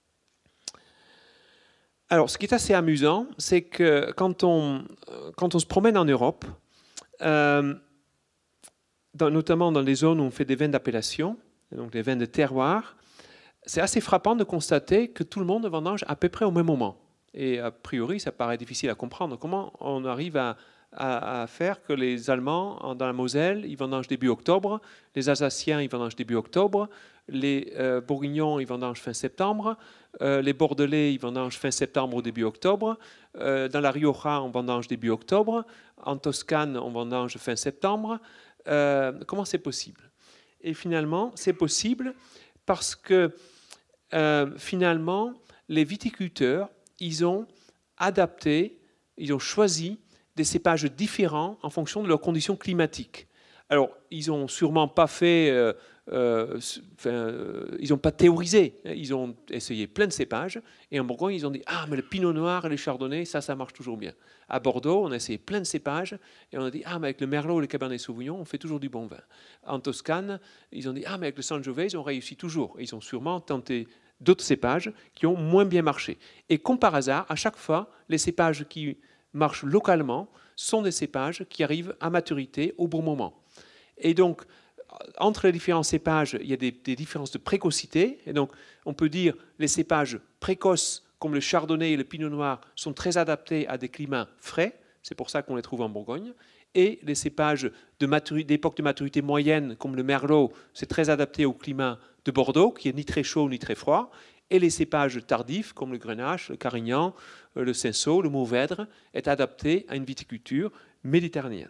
Alors, ce qui est assez amusant, c'est que quand on, quand on se promène en Europe, euh, dans, notamment dans les zones où on fait des vins d'appellation, donc des vins de terroir, c'est assez frappant de constater que tout le monde vendange à peu près au même moment. Et a priori, ça paraît difficile à comprendre. Comment on arrive à, à, à faire que les Allemands, dans la Moselle, ils vendangent début octobre, les Alsaciens, ils vendangent début octobre, les euh, Bourguignons, ils vendangent fin septembre, euh, les Bordelais, ils vendangent fin septembre ou début octobre, euh, dans la Rioja, on vendange début octobre, en Toscane, on vendange fin septembre. Euh, comment c'est possible? Et finalement, c'est possible parce que Euh, finalement, les viticulteurs, ils ont adapté, ils ont choisi des cépages différents en fonction de leurs conditions climatiques. Alors, ils n'ont sûrement pas fait, euh, euh, enfin, euh, ils n'ont pas théorisé, ils ont essayé plein de cépages, et en Bourgogne, ils ont dit « Ah, mais le pinot noir et le chardonnay, ça, ça marche toujours bien. » À Bordeaux, on a essayé plein de cépages, et on a dit « Ah, mais avec le merlot et le cabernet sauvignon, on fait toujours du bon vin. » En Toscane, ils ont dit « Ah, mais avec le sangiovese, on réussit toujours. » Ils ont sûrement tenté d'autres cépages qui ont moins bien marché. Et comme par hasard, à chaque fois, les cépages qui marchent localement sont des cépages qui arrivent à maturité au bon moment. Et donc, entre les différents cépages, il y a des, des différences de précocité. Et donc, on peut dire les cépages précoces, comme le chardonnay et le pinot noir, sont très adaptés à des climats frais. C'est pour ça qu'on les trouve en Bourgogne. Et les cépages d'époque de, de maturité moyenne, comme le merlot, c'est très adapté au climat de Bordeaux, qui est ni très chaud ni très froid. Et les cépages tardifs, comme le grenache, le carignan, le cinsault, le mourvèdre, est adapté à une viticulture méditerranéenne.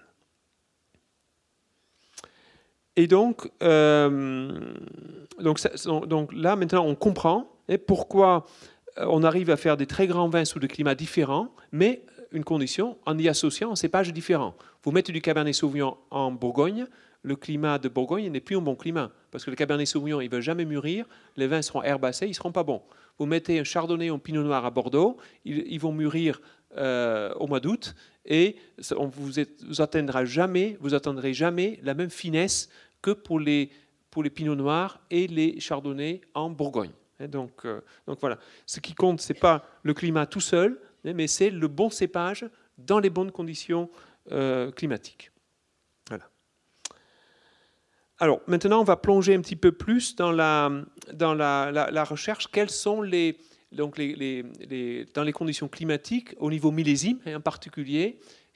Et donc, euh, donc, ça, donc là, maintenant, on comprend hein, pourquoi on arrive à faire des très grands vins sous des climats différents, mais une condition, en y associant un cépage différent. Vous mettez du cabernet sauvignon en Bourgogne, le climat de Bourgogne n'est plus un bon climat, parce que le cabernet sauvignon, il ne va jamais mûrir, les vins seront herbacés, ils ne seront pas bons. Vous mettez un chardonnay ou un pinot noir à Bordeaux, ils, ils vont mûrir euh, au mois d'août, et on vous, vous atteindra jamais, vous atteindrez jamais la même finesse que pour les, pour les pinots noirs et les chardonnays en Bourgogne. Et donc, euh, donc voilà, ce qui compte, ce n'est pas le climat tout seul, mais c'est le bon cépage dans les bonnes conditions euh, climatiques. Voilà. Alors, maintenant, on va plonger un petit peu plus dans la, dans la, la, la recherche. Quelles sont les, donc les, les, les, dans les conditions climatiques, au niveau millésime, et en particulier,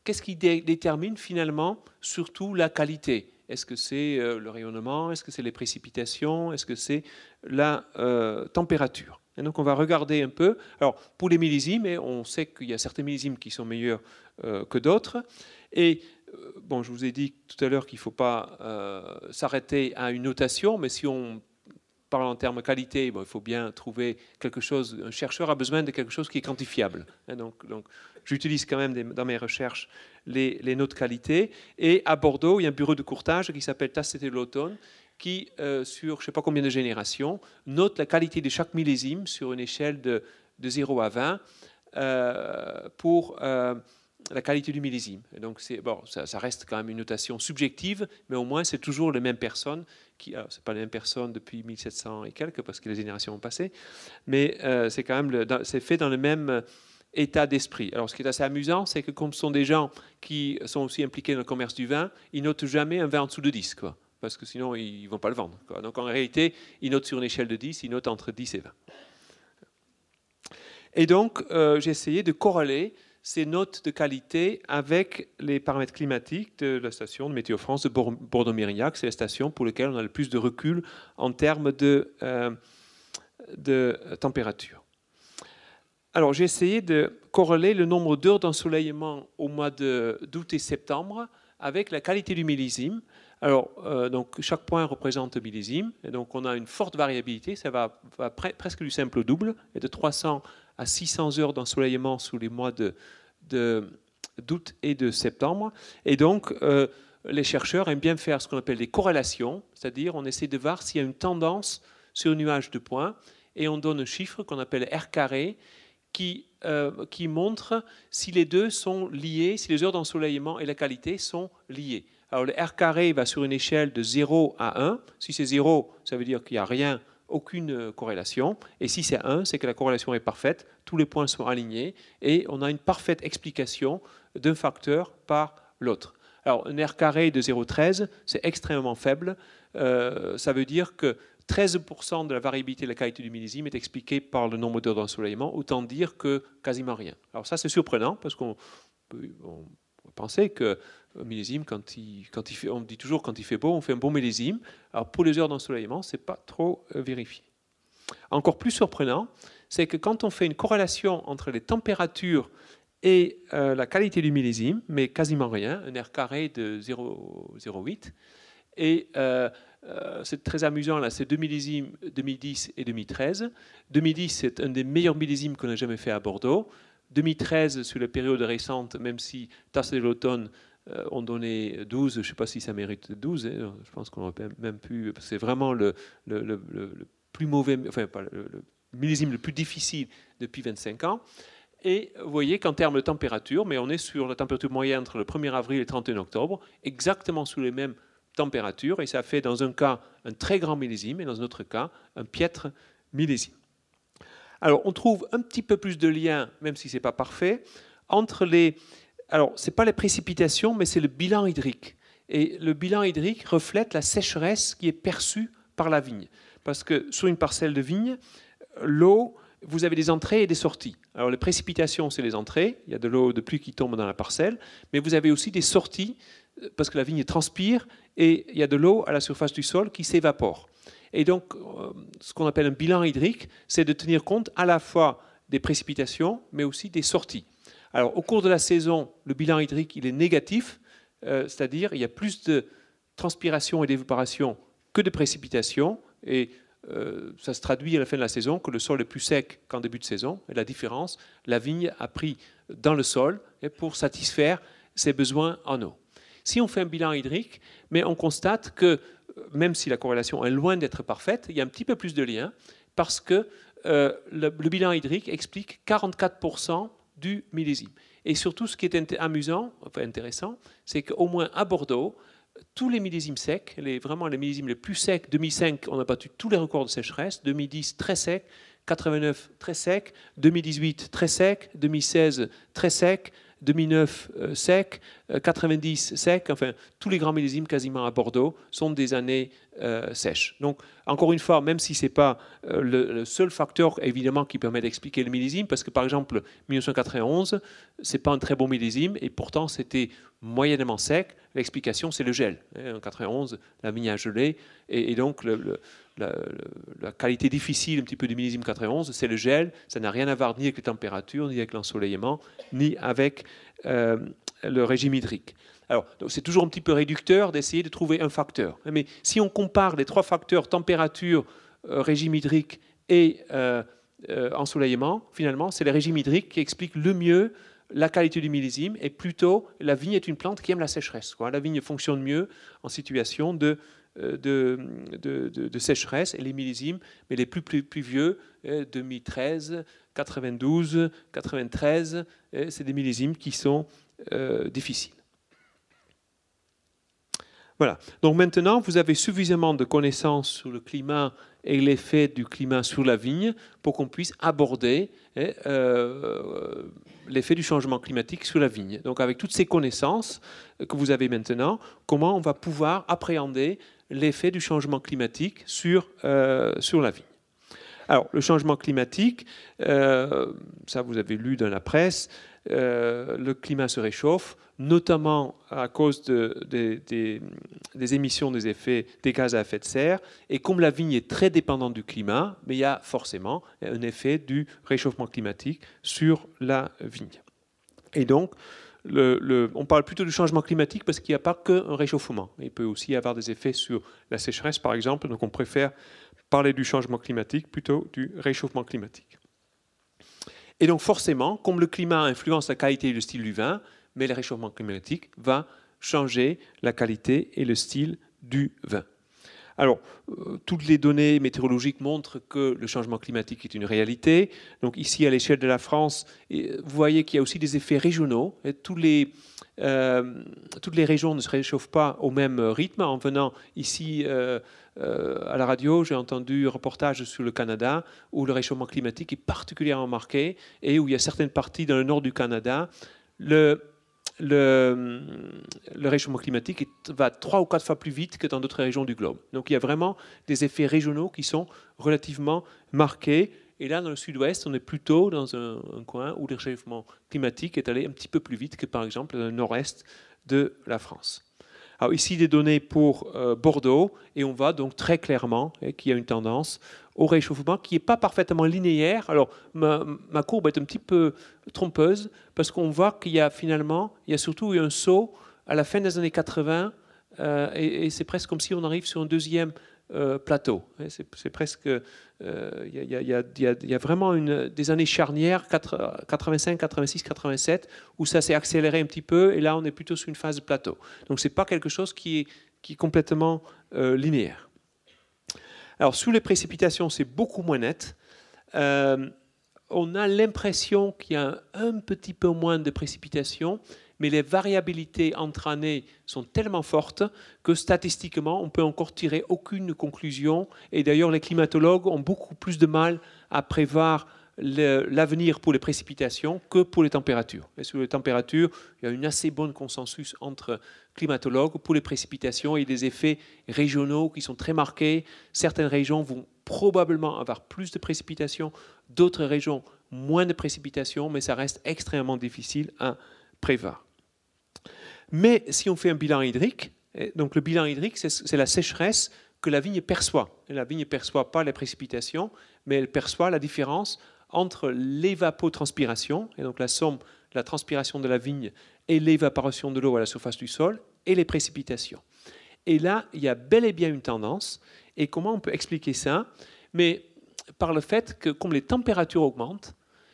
qu'est-ce qui dé détermine finalement surtout la qualité? Est-ce que c'est euh, le rayonnement? Est-ce que c'est les précipitations? Est-ce que c'est la euh, température? Et donc on va regarder un peu. Alors pour les millésimes, on sait qu'il y a certains millésimes qui sont meilleurs euh, que d'autres. Et euh, bon, je vous ai dit tout à l'heure qu'il ne faut pas euh, s'arrêter à une notation, mais si on parle en termes qualité, bon, il faut bien trouver quelque chose. Un chercheur a besoin de quelque chose qui est quantifiable. Et donc, donc j'utilise quand même des, dans mes recherches les, les notes qualité. Et à Bordeaux, il y a un bureau de courtage qui s'appelle Tasseté de l'Automne, qui, euh, sur je ne sais pas combien de générations, note la qualité de chaque millésime sur une échelle de, de zéro à vingt euh, pour euh, la qualité du millésime. Et donc, bon, ça, ça reste quand même une notation subjective, mais au moins, c'est toujours les mêmes personnes. Ce n'est pas les mêmes personnes depuis mille sept cents et quelques, parce que les générations ont passé, mais euh, c'est quand même c'est fait dans le même état d'esprit. Alors, ce qui est assez amusant, c'est que comme ce sont des gens qui sont aussi impliqués dans le commerce du vin, ils notent jamais un vin en dessous de dix, quoi, parce que sinon, ils ne vont pas le vendre, quoi. Donc, en réalité, ils notent sur une échelle de dix, ils notent entre dix et vingt. Et donc, euh, j'ai essayé de corréler ces notes de qualité avec les paramètres climatiques de la station de Météo France de Bordeaux-Mérillac. C'est la station pour laquelle on a le plus de recul en termes de, euh, de température. Alors, j'ai essayé de corréler le nombre d'heures d'ensoleillement au mois d'août et septembre avec la qualité du millésime. Alors, euh, donc, chaque point représente un millésime, et donc on a une forte variabilité. Ça va, va pre presque du simple au double, et de trois cents à six cents heures d'ensoleillement sous les mois de d'août et de septembre. Et donc, euh, les chercheurs aiment bien faire ce qu'on appelle des corrélations, c'est-à-dire on essaie de voir s'il y a une tendance sur un nuage de points, et on donne un chiffre qu'on appelle R carré, qui, euh, qui montre si les deux sont liés, si les heures d'ensoleillement et la qualité sont liées. Alors, le R carré va sur une échelle de zéro à un. Si c'est zéro, ça veut dire qu'il n'y a rien, aucune corrélation. Et si c'est un, c'est que la corrélation est parfaite, tous les points sont alignés et on a une parfaite explication d'un facteur par l'autre. Alors, un R carré de zéro virgule treize, c'est extrêmement faible. Euh, ça veut dire que treize pour cent de la variabilité de la qualité du millésime est expliquée par le nombre d'heures d'ensoleillement, autant dire que quasiment rien. Alors ça, c'est surprenant parce qu'on peut, on peut penser que un millésime, quand il, quand il fait, on dit toujours quand il fait beau, on fait un bon millésime. Alors pour les heures d'ensoleillement, ce n'est pas trop euh, vérifié. Encore plus surprenant, c'est que quand on fait une corrélation entre les températures et euh, la qualité du millésime, mais quasiment rien, un R carré de zéro virgule huit, et euh, euh, c'est très amusant, là, c'est deux millésimes, deux mille dix et deux mille treize. deux mille dix, c'est un des meilleurs millésimes qu'on a jamais fait à Bordeaux. deux mille treize, sur la période récente, même si Tasse de l'automne euh, ont donné douze, je ne sais pas si ça mérite douze, hein, je pense qu'on aurait même pu, c'est vraiment le, le, le, le plus mauvais, enfin pas le, le millésime le plus difficile depuis vingt-cinq ans. Et vous voyez qu'en termes de température, mais on est sur la température moyenne entre le premier avril et le trente et un octobre, exactement sous les mêmes températures, et ça fait dans un cas un très grand millésime et dans un autre cas un piètre millésime. Alors on trouve un petit peu plus de lien, même si ce n'est pas parfait, entre les... Alors ce n'est pas les précipitations, mais c'est le bilan hydrique. Et le bilan hydrique reflète la sécheresse qui est perçue par la vigne. Parce que sur une parcelle de vigne, l'eau, vous avez des entrées et des sorties. Alors les précipitations, c'est les entrées, il y a de l'eau de pluie qui tombe dans la parcelle, mais vous avez aussi des sorties, parce que la vigne transpire, et il y a de l'eau à la surface du sol qui s'évapore. Et donc, ce qu'on appelle un bilan hydrique, c'est de tenir compte à la fois des précipitations, mais aussi des sorties. Alors, au cours de la saison, le bilan hydrique, il est négatif, euh, c'est-à-dire il y a plus de transpiration et d'évaporation que de précipitations, et euh, ça se traduit à la fin de la saison que le sol est plus sec qu'en début de saison. Et la différence, la vigne a pris dans le sol et pour satisfaire ses besoins en eau. Si on fait un bilan hydrique, mais on constate que, même si la corrélation est loin d'être parfaite, il y a un petit peu plus de lien, parce que euh, le, le bilan hydrique explique quarante-quatre pour cent du millésime. Et surtout, ce qui est amusant, enfin intéressant, c'est qu'au moins à Bordeaux, tous les millésimes secs, les, vraiment les millésimes les plus secs, deux mille cinq, on a battu tous les records de sécheresse, deux mille dix, très sec, quatre-vingt-neuf, très sec, deux mille dix-huit, très sec, deux mille seize, très sec, deux mille neuf euh, sec, euh, quatre-vingt-dix sec, enfin tous les grands millésimes quasiment à Bordeaux sont des années euh, sèches. Donc encore une fois, même si ce n'est pas euh, le, le seul facteur évidemment qui permet d'expliquer le millésime, parce que par exemple mille neuf cent quatre-vingt-onze, ce n'est pas un très bon millésime et pourtant c'était moyennement sec. L'explication c'est le gel. En quatre-vingt-onze, la vigne a gelé et, et donc le, le, la, la qualité difficile un petit peu du millésime quatre-vingt-onze, c'est le gel. Ça n'a rien à voir ni avec les températures, ni avec l'ensoleillement, ni avec euh, le régime hydrique. Alors, c'est toujours un petit peu réducteur d'essayer de trouver un facteur. Mais si on compare les trois facteurs, température, euh, régime hydrique et euh, euh, ensoleillement, finalement, c'est le régime hydrique qui explique le mieux la qualité du millésime, et plutôt, la vigne est une plante qui aime la sécheresse, quoi. La vigne fonctionne mieux en situation de, de, de, de, de sécheresse, et les millésimes, mais les plus, plus, plus vieux, deux mille treize, quatre-vingt-douze, quatre-vingt-treize, c'est des millésimes qui sont euh, difficiles. Voilà. Donc maintenant, vous avez suffisamment de connaissances sur le climat et l'effet du climat sur la vigne pour qu'on puisse aborder eh, euh, l'effet du changement climatique sur la vigne. Donc avec toutes ces connaissances que vous avez maintenant, comment on va pouvoir appréhender l'effet du changement climatique sur, euh, sur la vigne. Alors, le changement climatique, euh, ça vous avez lu dans la presse, euh, le climat se réchauffe, notamment à cause de, de, de, des émissions des, effets, des gaz à effet de serre. Et comme la vigne est très dépendante du climat, mais il y a forcément un effet du réchauffement climatique sur la vigne. Et donc, le, le, on parle plutôt du changement climatique parce qu'il n'y a pas qu'un réchauffement. Il peut aussi y avoir des effets sur la sécheresse, par exemple, donc on préfère parler du changement climatique plutôt du réchauffement climatique. Et donc forcément, comme le climat influence la qualité et le style du vin, mais le réchauffement climatique va changer la qualité et le style du vin. Alors, euh, toutes les données météorologiques montrent que le changement climatique est une réalité. Donc ici, à l'échelle de la France, vous voyez qu'il y a aussi des effets régionaux. Et tous les, euh, toutes les régions ne se réchauffent pas au même rythme. En venant ici euh, euh, à la radio, j'ai entendu un reportage sur le Canada où le réchauffement climatique est particulièrement marqué et où il y a certaines parties dans le nord du Canada, le Le, le réchauffement climatique va trois ou quatre fois plus vite que dans d'autres régions du globe. Donc il y a vraiment des effets régionaux qui sont relativement marqués. Et là, dans le sud-ouest, on est plutôt dans un, un coin où le réchauffement climatique est allé un petit peu plus vite que, par exemple, dans le nord-est de la France. Alors ici, des données pour euh, Bordeaux, et on voit donc très clairement eh, qu'il y a une tendance au réchauffement qui n'est pas parfaitement linéaire. Alors, ma, ma courbe est un petit peu trompeuse parce qu'on voit qu'il y a finalement, il y a surtout eu un saut à la fin des années quatre-vingts euh, et, et c'est presque comme si on arrive sur un deuxième euh, plateau. C'est, c'est presque, euh, il y, y, y, y, y a vraiment une, des années charnières, quatre-vingt-cinq, quatre-vingt-six, quatre-vingt-sept, où ça s'est accéléré un petit peu et là, on est plutôt sur une phase de plateau. Donc, ce n'est pas quelque chose qui est, qui est complètement euh, linéaire. Alors, sous les précipitations, c'est beaucoup moins net. Euh, on a l'impression qu'il y a un, un petit peu moins de précipitations, mais les variabilités entre années sont tellement fortes que statistiquement, on peut encore tirer aucune conclusion. Et d'ailleurs, les climatologues ont beaucoup plus de mal à prévoir le, l'avenir pour les précipitations que pour les températures. Et sur les températures, il y a une assez bonne consensus entre climatologues. Pour les précipitations, il y a des effets régionaux qui sont très marqués. Certaines régions vont probablement avoir plus de précipitations, d'autres régions moins de précipitations, mais ça reste extrêmement difficile à prévoir. Mais si on fait un bilan hydrique, donc le bilan hydrique, c'est, c'est la sécheresse que la vigne perçoit. Et la vigne ne perçoit pas les précipitations, mais elle perçoit la différence entre l'évapotranspiration, et donc la somme de la transpiration de la vigne et l'évaporation de l'eau à la surface du sol, et les précipitations. Et là, il y a bel et bien une tendance. Et comment on peut expliquer ça? Mais par le fait que, comme les températures augmentent,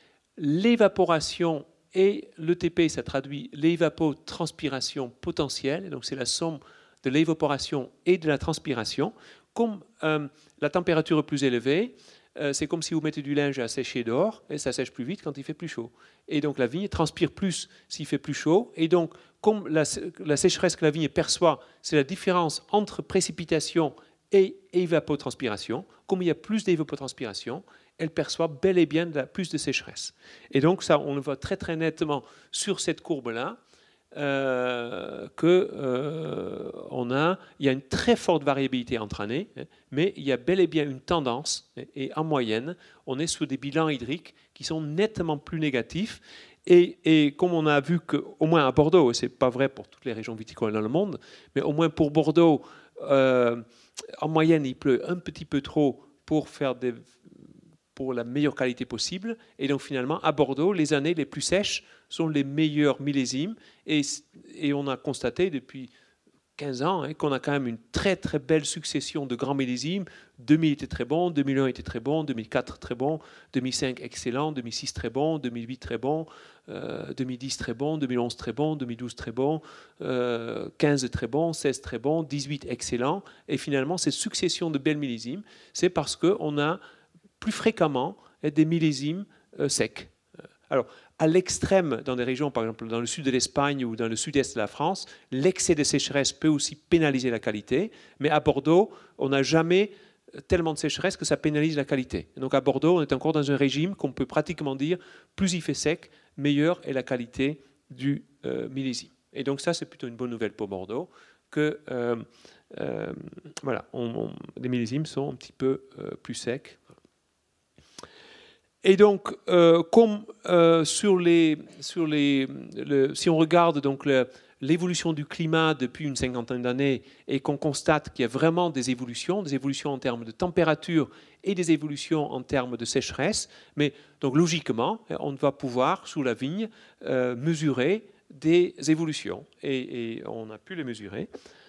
l'évaporation et l'E T P, ça traduit l'évapotranspiration potentielle, et donc c'est la somme de l'évaporation et de la transpiration. Comme euh, la température est plus élevée, euh, c'est comme si vous mettez du linge à sécher dehors, et ça sèche plus vite quand il fait plus chaud. Et donc la vigne transpire plus s'il fait plus chaud, et donc comme la, la sécheresse que la vigne perçoit, c'est la différence entre précipitation et évapotranspiration, comme il y a plus d'évapotranspiration, elle perçoit bel et bien de la, plus de sécheresse. Et donc ça, on le voit très très nettement sur cette courbe-là, euh, que euh, on a, il y a une très forte variabilité entre années, hein, mais il y a bel et bien une tendance, et, et en moyenne, on est sur des bilans hydriques qui sont nettement plus négatifs. Et, et comme on a vu qu'au moins à Bordeaux, et ce n'est pas vrai pour toutes les régions viticoles dans le monde, mais au moins pour Bordeaux, euh, en moyenne, il pleut un petit peu trop pour faire des, pour la meilleure qualité possible. Et donc finalement, à Bordeaux, les années les plus sèches sont les meilleurs millésimes. Et, et on a constaté depuis quinze ans hein, qu'on a quand même une très très belle succession de grands millésimes. deux mille était très bon, deux mille un était très bon, deux mille quatre très bon, deux mille cinq excellent, deux mille six très bon, deux mille huit très bon, euh, deux mille dix très bon, deux mille onze très bon, deux mille douze très bon, euh, quinze très bon, seize très bon, dix-huit excellent. Et finalement, cette succession de belles millésimes, c'est parce qu'on a plus fréquemment des millésimes euh, secs. Alors, à l'extrême, dans des régions, par exemple dans le sud de l'Espagne ou dans le sud-est de la France, l'excès de sécheresse peut aussi pénaliser la qualité, mais à Bordeaux, on n'a jamais tellement de sécheresse que ça pénalise la qualité. Et donc à Bordeaux, on est encore dans un régime qu'on peut pratiquement dire, plus il fait sec, meilleure est la qualité du euh, millésime. Et donc ça, c'est plutôt une bonne nouvelle pour Bordeaux, que euh, euh, voilà, on, on, les millésimes sont un petit peu euh, plus secs. Et donc, euh, comme euh, sur les, sur les, le, si on regarde donc le, l'évolution du climat depuis une cinquantaine d'années et qu'on constate qu'il y a vraiment des évolutions, des évolutions en termes de température et des évolutions en termes de sécheresse, mais donc logiquement, on va pouvoir, sous la vigne, euh, mesurer des évolutions. Et, et on a pu les mesurer.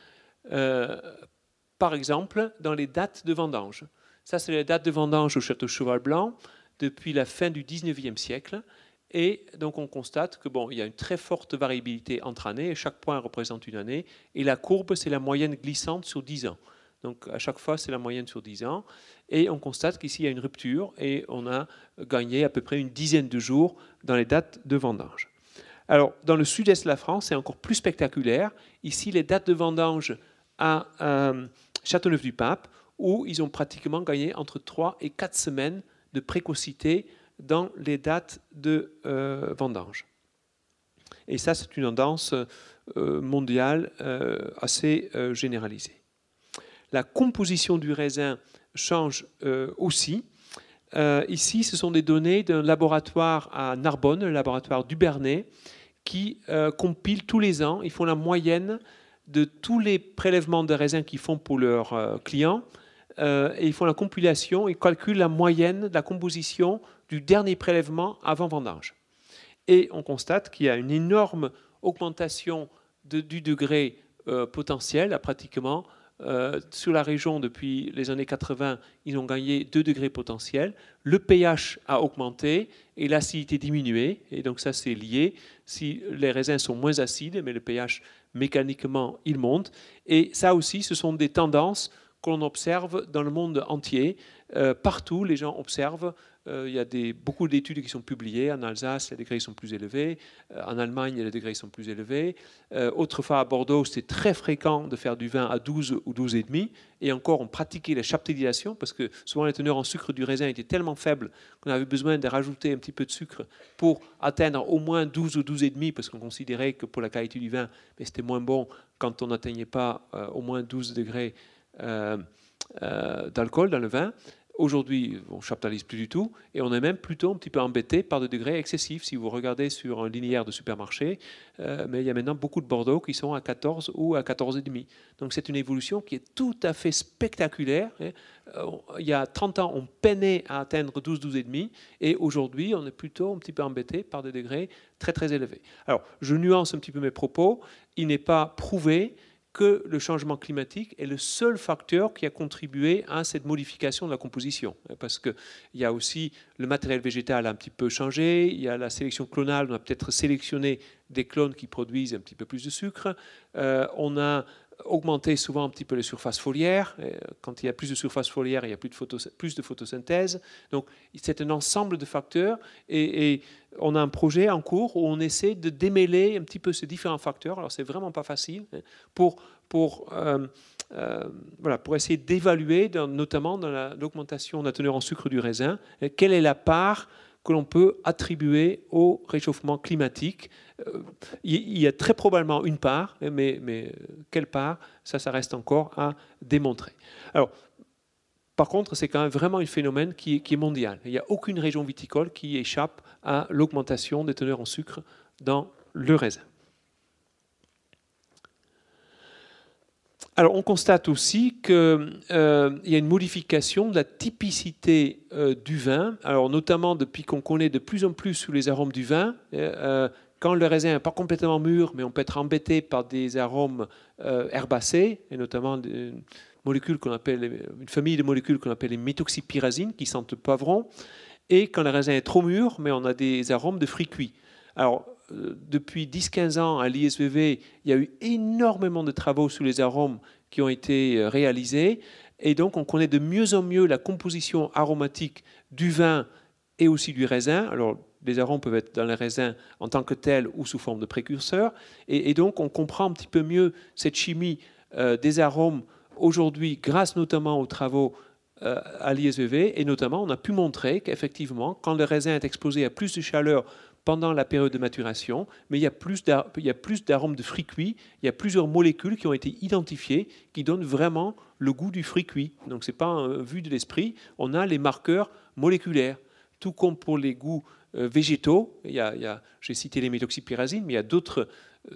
Euh, par exemple, dans les dates de vendange. Ça, c'est les dates de vendange au Château Cheval Blanc depuis la fin du dix-neuvième siècle. Et donc, on constate que bon, il y a une très forte variabilité entre années, et chaque point représente une année. Et la courbe, c'est la moyenne glissante sur dix ans. Donc, à chaque fois, c'est la moyenne sur dix ans. Et on constate qu'ici, il y a une rupture, et on a gagné à peu près une dizaine de jours dans les dates de vendange. Alors, dans le sud-est de la France, c'est encore plus spectaculaire. Ici, les dates de vendange à euh, Châteauneuf-du-Pape, où ils ont pratiquement gagné entre trois et quatre semaines de précocité dans les dates de euh, vendange. Et ça, c'est une tendance euh, mondiale euh, assez euh, généralisée. La composition du raisin change euh, aussi. Euh, ici, ce sont des données d'un laboratoire à Narbonne, le laboratoire d'Ubernay, qui euh, compile tous les ans, ils font la moyenne de tous les prélèvements de raisins qu'ils font pour leurs euh, clients, euh, et ils font la compilation, ils calculent la moyenne de la composition du dernier prélèvement avant vendange. Et on constate qu'il y a une énorme augmentation de, du degré euh, potentiel, à pratiquement, euh, sur la région depuis les années quatre-vingts, ils ont gagné deux degrés potentiels. Le pH a augmenté et l'acidité diminué, et donc ça c'est lié. Si les raisins sont moins acides, mais le pH mécaniquement il monte. Et ça aussi, ce sont des tendances qu'on observe dans le monde entier. Euh, partout, les gens observent. Euh, il y a des, beaucoup d'études qui sont publiées. En Alsace, les degrés sont plus élevés. Euh, en Allemagne, les degrés sont plus élevés. Euh, autrefois, à Bordeaux, c'était très fréquent de faire du vin à douze ou douze virgule cinq. Et encore, on pratiquait la chaptalisation parce que souvent, les teneurs en sucre du raisin étaient tellement faibles qu'on avait besoin de rajouter un petit peu de sucre pour atteindre au moins douze ou douze virgule cinq parce qu'on considérait que pour la qualité du vin, c'était moins bon quand on n'atteignait pas euh, au moins douze degrés Euh, euh, d'alcool dans le vin. Aujourd'hui, on ne chaptalise plus du tout et on est même plutôt un petit peu embêté par des degrés excessifs. Si vous regardez sur un linéaire de supermarché, euh, mais il y a maintenant beaucoup de Bordeaux qui sont à quatorze ou à quatorze virgule cinq. Donc c'est une évolution qui est tout à fait spectaculaire. Il y a trente ans, on peinait à atteindre douze, douze virgule cinq et aujourd'hui, on est plutôt un petit peu embêté par des degrés très très élevés. Alors, je nuance un petit peu mes propos. Il n'est pas prouvé que le changement climatique est le seul facteur qui a contribué à cette modification de la composition. Parce qu'il y a aussi le matériel végétal a un petit peu changé, il y a la sélection clonale, on a peut-être sélectionné des clones qui produisent un petit peu plus de sucre, euh, on a augmenté souvent un petit peu les surfaces foliaires. Quand il y a plus de surface foliaire, il y a plus de, photos, plus de photosynthèse. Donc c'est un ensemble de facteurs et, et on a un projet en cours où on essaie de démêler un petit peu ces différents facteurs. Alors c'est vraiment pas facile pour, pour euh, euh, voilà, pour essayer d'évaluer, dans, notamment dans l'augmentation de la teneur en sucre du raisin, quelle est la part que l'on peut attribuer au réchauffement climatique. Euh, il y a très probablement une part, mais, mais quelle part, ça, ça reste encore à démontrer. Alors, par contre, c'est quand même vraiment un phénomène qui est, qui est mondial. Il n'y a aucune région viticole qui échappe à l'augmentation des teneurs en sucre dans le raisin. Alors, on constate aussi qu'il euh, y a une modification de la typicité euh, du vin, alors notamment depuis qu'on connaît de plus en plus sur les arômes du vin. Euh, quand le raisin n'est pas complètement mûr, mais on peut être embêté par des arômes euh, herbacés, et notamment des molécules qu'on appelle, une famille de molécules qu'on appelle les méthoxypyrazines, qui sentent le poivron, et quand le raisin est trop mûr, mais on a des arômes de fruits cuits. Alors, depuis dix à quinze ans, à l'I S V V, il y a eu énormément de travaux sur les arômes qui ont été réalisés. Et donc, on connaît de mieux en mieux la composition aromatique du vin et aussi du raisin. Alors, les arômes peuvent être dans le raisin en tant que tel ou sous forme de précurseurs. Et, et donc, on comprend un petit peu mieux cette chimie euh, des arômes aujourd'hui, grâce notamment aux travaux euh, à l'I S V V. Et notamment, on a pu montrer qu'effectivement, quand le raisin est exposé à plus de chaleur pendant la période de maturation, mais il y a plus d'arômes de fruits cuits, il y a plusieurs molécules qui ont été identifiées qui donnent vraiment le goût du fruit cuit. Donc ce n'est pas un vue de l'esprit, on a les marqueurs moléculaires. Tout comme pour les goûts euh, végétaux, il y a, il y a, j'ai cité les méthoxypyrazines, mais il y a d'autres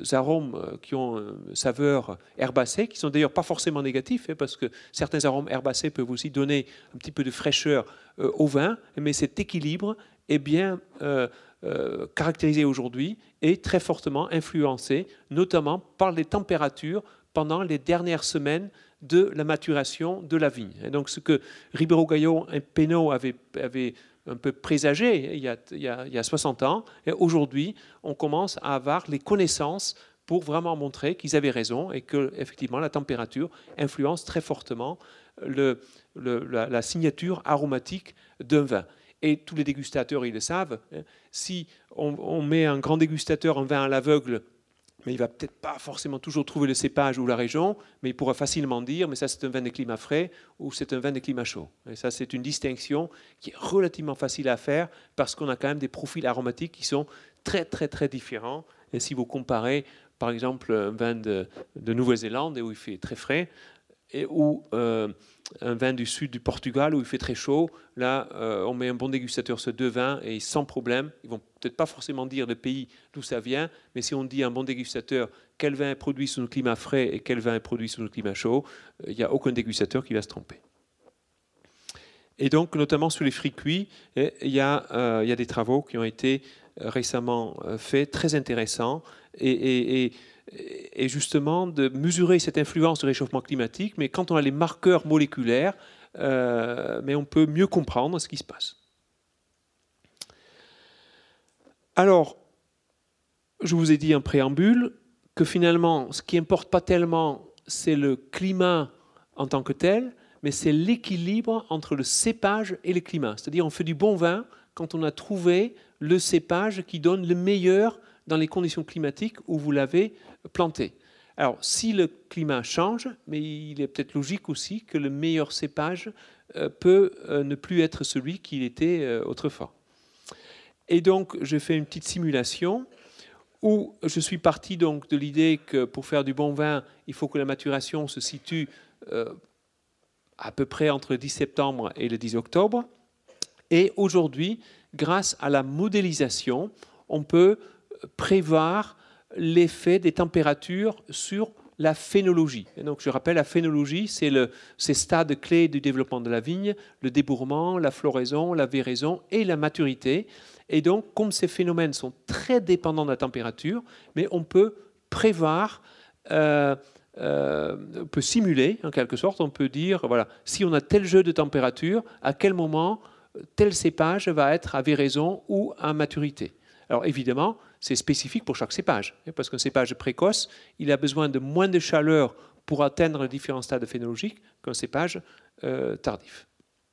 arômes qui ont une saveur herbacée, qui sont d'ailleurs pas forcément négatifs, hein, parce que certains arômes herbacés peuvent aussi donner un petit peu de fraîcheur euh, au vin, mais cet équilibre est bien euh, euh, caractérisé aujourd'hui et très fortement influencé, notamment par les températures pendant les dernières semaines de la maturation de la vigne. Et donc ce que Ribeiro Gallo et Penot avaient, avaient un peu présagé il y a, il y a, il y a soixante ans, et aujourd'hui on commence à avoir les connaissances pour vraiment montrer qu'ils avaient raison et que effectivement la température influence très fortement le, le, la, la signature aromatique d'un vin. Et tous les dégustateurs, ils le savent. Si on, on met un grand dégustateur un vin à l'aveugle, mais il ne va peut-être pas forcément toujours trouver le cépage ou la région, mais il pourra facilement dire, mais ça c'est un vin de climat frais ou c'est un vin de climat chaud. Et ça c'est une distinction qui est relativement facile à faire parce qu'on a quand même des profils aromatiques qui sont très très très différents. Et si vous comparez par exemple un vin de, de Nouvelle-Zélande où il fait très frais, et ou euh, un vin du sud du Portugal où il fait très chaud, là euh, on met un bon dégustateur sur deux vins et sans problème, ils vont peut-être pas forcément dire le pays d'où ça vient, mais si on dit à un bon dégustateur quel vin est produit sous le climat frais et quel vin est produit sous le climat chaud, il n'y a aucun dégustateur qui va se tromper. Et donc notamment sur les fruits cuits, il y a, euh, il y a des travaux qui ont été récemment faits, très intéressants, et, et, et et justement de mesurer cette influence du réchauffement climatique, mais quand on a les marqueurs moléculaires, euh, mais on peut mieux comprendre ce qui se passe. Alors, je vous ai dit en préambule que finalement, ce qui n'importe pas tellement, c'est le climat en tant que tel, mais c'est l'équilibre entre le cépage et le climat. C'est-à-dire on fait du bon vin quand on a trouvé le cépage qui donne le meilleur dans les conditions climatiques où vous l'avez planté. Alors, si le climat change, mais il est peut-être logique aussi que le meilleur cépage euh, peut euh, ne plus être celui qu'il était euh, autrefois. Et donc, j'ai fait une petite simulation où je suis parti donc de l'idée que pour faire du bon vin, il faut que la maturation se situe euh, à peu près entre le dix septembre et le dix octobre. Et aujourd'hui, grâce à la modélisation, on peut prévoir l'effet des températures sur la phénologie. Et donc, je rappelle, la phénologie, c'est le, ces stades clés du développement de la vigne, le débourrement, la floraison, la véraison et la maturité. Et donc, comme ces phénomènes sont très dépendants de la température, mais on peut prévoir, euh, euh, on peut simuler, en quelque sorte, on peut dire, voilà, si on a tel jeu de température, à quel moment tel cépage va être à véraison ou à maturité. Alors évidemment, c'est spécifique pour chaque cépage, parce qu'un cépage précoce, il a besoin de moins de chaleur pour atteindre les différents stades phénologiques qu'un cépage euh, tardif.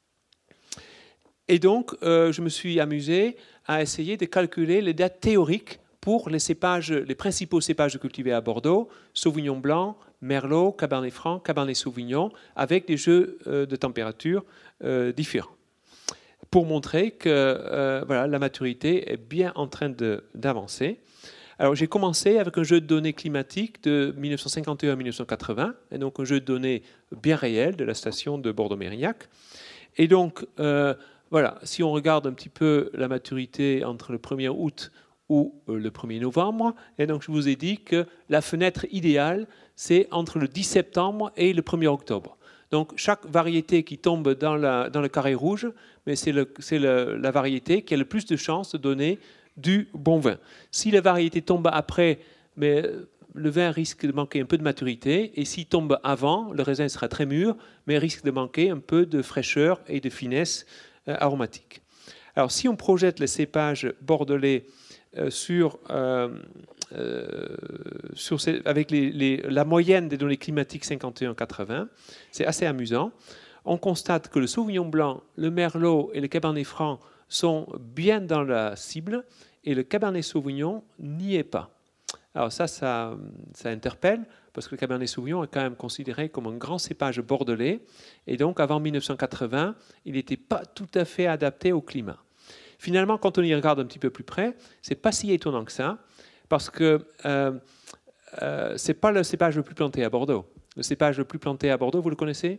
Et donc, euh, je me suis amusé à essayer de calculer les dates théoriques pour les cépages, les principaux cépages cultivés à Bordeaux, Sauvignon blanc, Merlot, Cabernet Franc, Cabernet Sauvignon, avec des jeux euh, de température euh, différents, pour montrer que euh, voilà, la maturité est bien en train d'avancer. Alors j'ai commencé avec un jeu de données climatique de mille neuf cent cinquante et un à mille neuf cent quatre-vingts, et donc un jeu de données bien réel de la station de Bordeaux-Mérignac. Et donc, euh, voilà, si on regarde un petit peu la maturité entre le premier août ou le premier novembre, et donc je vous ai dit que la fenêtre idéale, c'est entre le dix septembre et le premier octobre. Donc chaque variété qui tombe dans, la, dans le carré rouge, mais c'est la variété qui a le plus de chances de donner du bon vin. Si la variété tombe après, mais le vin risque de manquer un peu de maturité, et s'il tombe avant, le raisin sera très mûr, mais risque de manquer un peu de fraîcheur et de finesse euh, aromatique. Alors si on projette les cépages bordelais euh, sur, euh, euh, sur ces, avec les, les, la moyenne des données climatiques cinquante et un quatre-vingts, c'est assez amusant. On constate que le Sauvignon blanc, le Merlot et le Cabernet Franc sont bien dans la cible, et le Cabernet Sauvignon n'y est pas. Alors ça, ça, ça interpelle, parce que le Cabernet Sauvignon est quand même considéré comme un grand cépage bordelais, et donc avant mille neuf cent quatre-vingts, il n'était pas tout à fait adapté au climat. Finalement, quand on y regarde un petit peu plus près, c'est pas si étonnant que ça, parce que euh, euh, c'est pas le cépage le plus planté à Bordeaux. Le cépage le plus planté à Bordeaux, vous le connaissez?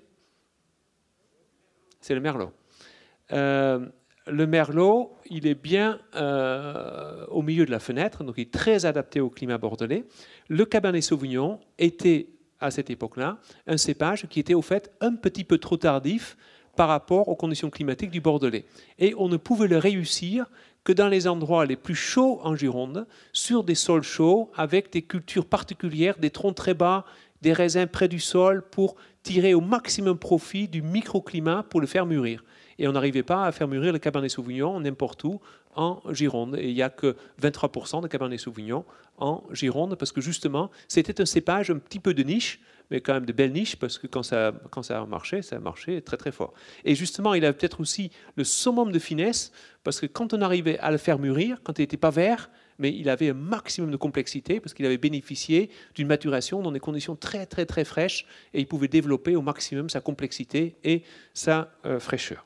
C'est le Merlot. Euh, Le Merlot, il est bien euh, au milieu de la fenêtre, donc il est très adapté au climat bordelais. Le Cabernet Sauvignon était, à cette époque-là, un cépage qui était au fait un petit peu trop tardif par rapport aux conditions climatiques du Bordelais. Et on ne pouvait le réussir que dans les endroits les plus chauds en Gironde, sur des sols chauds, avec des cultures particulières, des troncs très bas, des raisins près du sol, pour tirer au maximum profit du microclimat pour le faire mûrir. Et on n'arrivait pas à faire mûrir le Cabernet Sauvignon n'importe où en Gironde. Et il n'y a que vingt-trois pour cent de Cabernet Sauvignon en Gironde, parce que justement, c'était un cépage un petit peu de niche, mais quand même de belle niche, parce que quand ça, quand ça a marché, ça a marché très très fort. Et justement, il a peut-être aussi le summum de finesse, parce que quand on arrivait à le faire mûrir, quand il n'était pas vert, mais il avait un maximum de complexité, parce qu'il avait bénéficié d'une maturation dans des conditions très très très fraîches, et il pouvait développer au maximum sa complexité et sa euh, fraîcheur.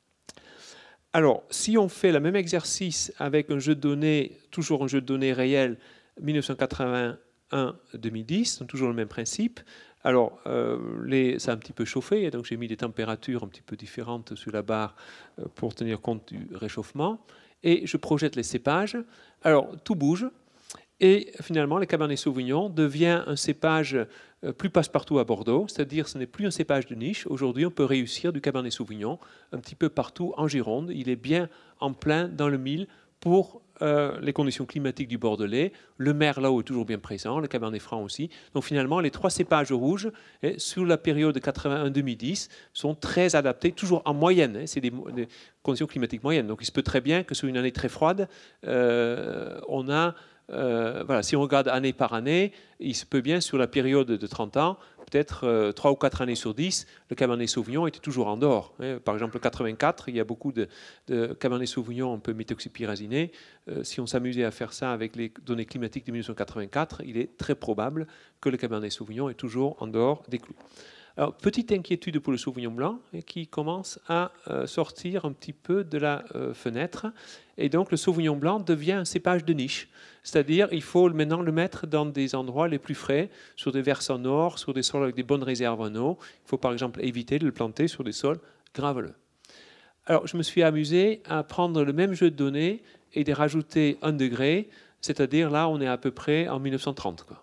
Alors, si on fait le même exercice avec un jeu de données, toujours un jeu de données réel, mille neuf cent quatre-vingt-un à deux mille dix, donc toujours le même principe. Alors, euh, les, ça a un petit peu chauffé, et donc j'ai mis des températures un petit peu différentes sur la barre euh, pour tenir compte du réchauffement. Et je projette les cépages. Alors, tout bouge. Et finalement, le Cabernet Sauvignon devient un cépage plus passe-partout à Bordeaux, c'est-à-dire ce n'est plus un cépage de niche. Aujourd'hui, on peut réussir du Cabernet Sauvignon un petit peu partout en Gironde. Il est bien en plein dans le mille pour euh, les conditions climatiques du Bordelais. Le Merlot est toujours bien présent, le Cabernet Franc aussi. Donc finalement, les trois cépages rouges, eh, sur la période de quatre-vingt-un à deux mille dix, sont très adaptés, toujours en moyenne. Eh, c'est des, des conditions climatiques moyennes. Donc il se peut très bien que sur une année très froide, euh, on a... Euh, voilà, si on regarde année par année, il se peut bien sur la période de trente ans, peut-être euh, trois ou quatre années sur dix, le Cabernet Sauvignon était toujours en dehors. Hein. Par exemple, en quatre-vingt-quatre, il y a beaucoup de, de Cabernet Sauvignon un peu méthoxypyraziné. Euh, si on s'amusait à faire ça avec les données climatiques de mille neuf cent quatre-vingt-quatre, il est très probable que le Cabernet Sauvignon est toujours en dehors des clous. Alors, petite inquiétude pour le Sauvignon blanc qui commence à euh, sortir un petit peu de la euh, fenêtre. Et donc, le Sauvignon blanc devient un cépage de niche. C'est-à-dire, il faut maintenant le mettre dans des endroits les plus frais, sur des versants nord, sur des sols avec des bonnes réserves en eau. Il faut par exemple éviter de le planter sur des sols graveleux. Alors, je me suis amusé à prendre le même jeu de données et de rajouter un degré. C'est-à-dire, là, on est à peu près en mille neuf cent trente, quoi.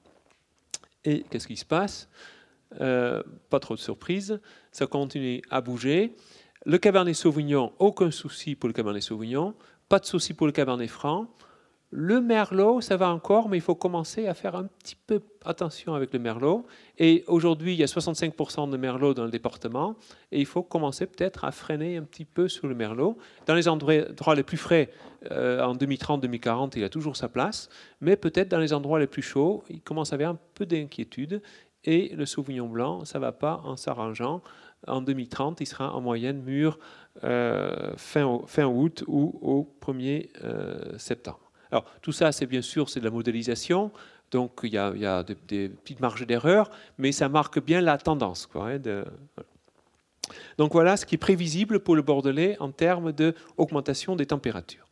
Et qu'est-ce qui se passe ? Euh, pas trop de surprise, ça continue à bouger. Le Cabernet Sauvignon, aucun souci pour le Cabernet Sauvignon, pas de souci pour le Cabernet Franc. Le Merlot, ça va encore, mais il faut commencer à faire un petit peu attention avec le Merlot. Et aujourd'hui, il y a soixante-cinq pour cent de Merlot dans le département, et il faut commencer peut-être à freiner un petit peu sur le Merlot. Dans les endroits les plus frais, euh, en deux mille trente deux mille quarante, il a toujours sa place, mais peut-être dans les endroits les plus chauds, il commence à avoir un peu d'inquiétude. Et le Sauvignon blanc, ça ne va pas en s'arrangeant. En deux mille trente, il sera en moyenne mûr euh, fin, fin août ou au premier euh, septembre. Alors, tout ça, c'est bien sûr, c'est de la modélisation. Donc il y a, il y a des, des petites marges d'erreur, mais ça marque bien la tendance, quoi, hein, de, voilà. Donc voilà ce qui est prévisible pour le Bordelais en termes d'augmentation des températures.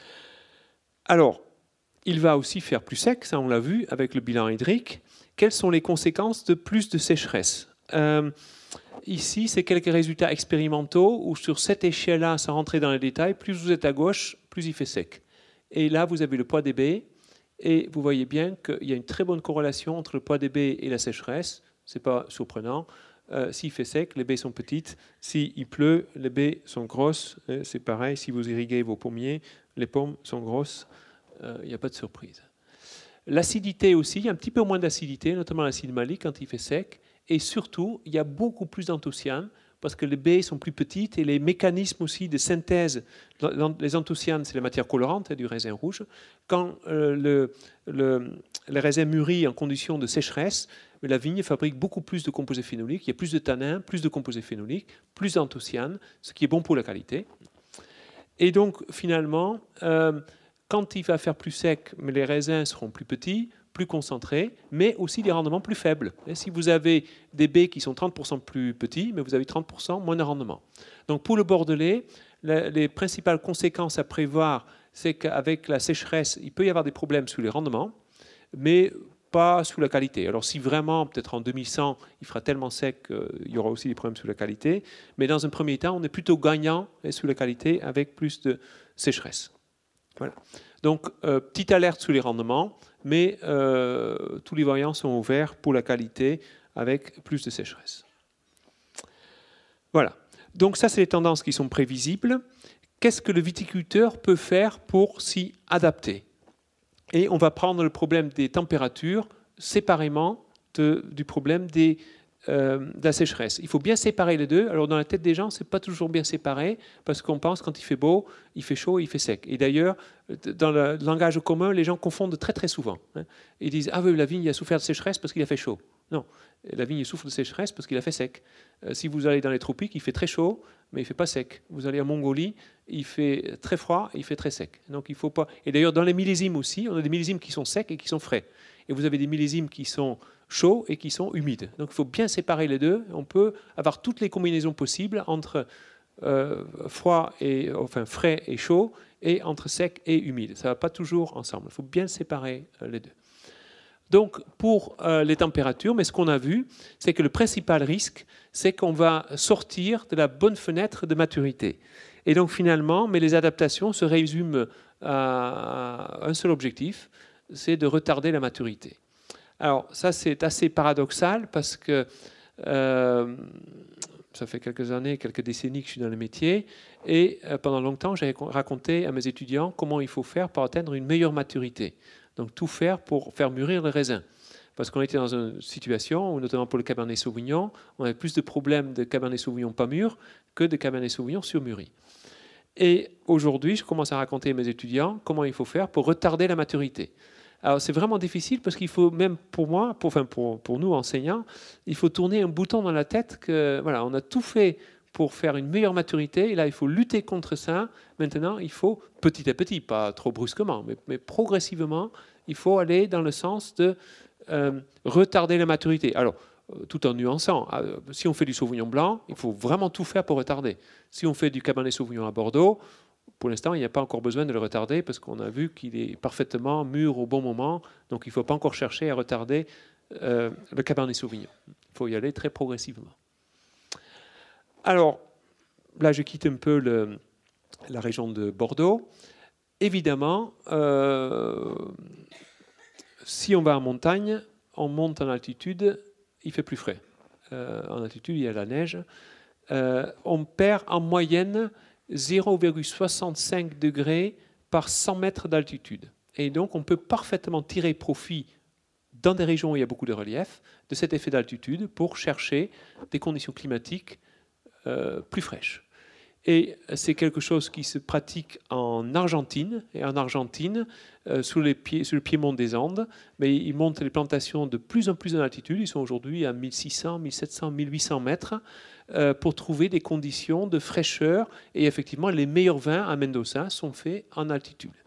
Alors, il va aussi faire plus sec, ça on l'a vu avec le bilan hydrique. Quelles sont les conséquences de plus de sécheresse ? euh, Ici, c'est quelques résultats expérimentaux où sur cette échelle-là, sans rentrer dans les détails, plus vous êtes à gauche, plus il fait sec. Et là, vous avez le poids des baies, et vous voyez bien qu'il y a une très bonne corrélation entre le poids des baies et la sécheresse. Ce n'est pas surprenant. Euh, s'il fait sec, les baies sont petites. S'il pleut, les baies sont grosses. C'est pareil, si vous irriguez vos pommiers, les pommes sont grosses. Il euh, n'y a pas de surprise. L'acidité aussi, il y a un petit peu moins d'acidité, notamment l'acide malique quand il fait sec. Et surtout, il y a beaucoup plus d'anthocyanes parce que les baies sont plus petites et les mécanismes aussi de synthèse, les anthocyanes, c'est la matière colorante du raisin rouge. Quand euh, le, le, le raisin mûrit en conditions de sécheresse, la vigne fabrique beaucoup plus de composés phénoliques, il y a plus de tanins, plus de composés phénoliques, plus d'anthocyanes, ce qui est bon pour la qualité. Et donc, finalement, euh, quand il va faire plus sec, les raisins seront plus petits, plus concentrés, mais aussi des rendements plus faibles. Et si vous avez des baies qui sont trente pour cent plus petits, mais vous avez trente pour cent moins de rendement. Donc pour le Bordelais, la, les principales conséquences à prévoir, c'est qu'avec la sécheresse, il peut y avoir des problèmes sous les rendements, mais pas sous la qualité. Alors si vraiment, peut-être en deux mille cent, il fera tellement sec qu'il y aura aussi des problèmes sous la qualité, mais dans un premier temps, on est plutôt gagnant sous la qualité avec plus de sécheresse. Voilà. Donc, euh, petite alerte sous les rendements, mais euh, tous les voyants sont ouverts pour la qualité avec plus de sécheresse. Voilà. Donc ça, c'est les tendances qui sont prévisibles. Qu'est-ce que le viticulteur peut faire pour s'y adapter ? Et on va prendre le problème des températures séparément de, du problème des, euh, de la sécheresse. Il faut bien séparer les deux. Alors dans la tête des gens, ce n'est pas toujours bien séparé parce qu'on pense quand il fait beau, il fait chaud et il fait sec. Et d'ailleurs, dans le langage commun, les gens confondent très très souvent. Ils disent « Ah oui, la vigne a souffert de sécheresse parce qu'il a fait chaud ». Non, la vigne souffre de sécheresse parce qu'il a fait sec. Euh, si vous allez dans les tropiques, il fait très chaud, mais il ne fait pas sec. Vous allez en Mongolie, il fait très froid, il fait très sec. Donc il faut pas. Et d'ailleurs, dans les millésimes aussi, on a des millésimes qui sont secs et qui sont frais. Et vous avez des millésimes qui sont chauds et qui sont humides. Donc il faut bien séparer les deux. On peut avoir toutes les combinaisons possibles entre euh, froid et enfin frais et chaud, et entre sec et humide. Ça ne va pas toujours ensemble. Il faut bien séparer euh, les deux. Donc, pour euh, les températures, mais ce qu'on a vu, c'est que le principal risque, c'est qu'on va sortir de la bonne fenêtre de maturité. Et donc, finalement, mais les adaptations se résument à un seul objectif, c'est de retarder la maturité. Alors, ça, c'est assez paradoxal parce que euh, ça fait quelques années, quelques décennies que je suis dans le métier, et euh, pendant longtemps, j'avais raconté à mes étudiants comment il faut faire pour atteindre une meilleure maturité. Donc tout faire pour faire mûrir le raisin. Parce qu'on était dans une situation où, notamment pour le Cabernet Sauvignon, on avait plus de problèmes de Cabernet Sauvignon pas mûr que de Cabernet Sauvignon surmûri. Et aujourd'hui, je commence à raconter à mes étudiants comment il faut faire pour retarder la maturité. Alors c'est vraiment difficile parce qu'il faut, même pour moi, pour, enfin pour, pour nous enseignants, il faut tourner un bouton dans la tête que voilà, on a tout fait pour faire une meilleure maturité, et là il faut lutter contre ça. Maintenant, il faut petit à petit, pas trop brusquement, mais, mais progressivement, il faut aller dans le sens de euh, retarder la maturité. Alors, euh, tout en nuançant, euh, si on fait du Sauvignon blanc, il faut vraiment tout faire pour retarder. Si on fait du Cabernet Sauvignon à Bordeaux, pour l'instant, il n'y a pas encore besoin de le retarder parce qu'on a vu qu'il est parfaitement mûr au bon moment, donc il ne faut pas encore chercher à retarder euh, le Cabernet Sauvignon. Il faut y aller très progressivement. Alors, là, je quitte un peu le, la région de Bordeaux. Évidemment, euh, si on va en montagne, on monte en altitude, il fait plus frais. Euh, en altitude, il y a la neige. Euh, on perd en moyenne zéro virgule soixante-cinq degrés par cent mètres d'altitude. Et donc, on peut parfaitement tirer profit dans des régions où il y a beaucoup de relief de cet effet d'altitude pour chercher des conditions climatiques euh, plus fraîches. Et c'est quelque chose qui se pratique en Argentine. Et en Argentine, euh, sous, les pieds, sous le piémont des Andes, mais ils montent les plantations de plus en plus en altitude. Ils sont aujourd'hui à mille six cents, mille sept cents, mille huit cents mètres euh, pour trouver des conditions de fraîcheur. Et effectivement, les meilleurs vins à Mendoza sont faits en altitude.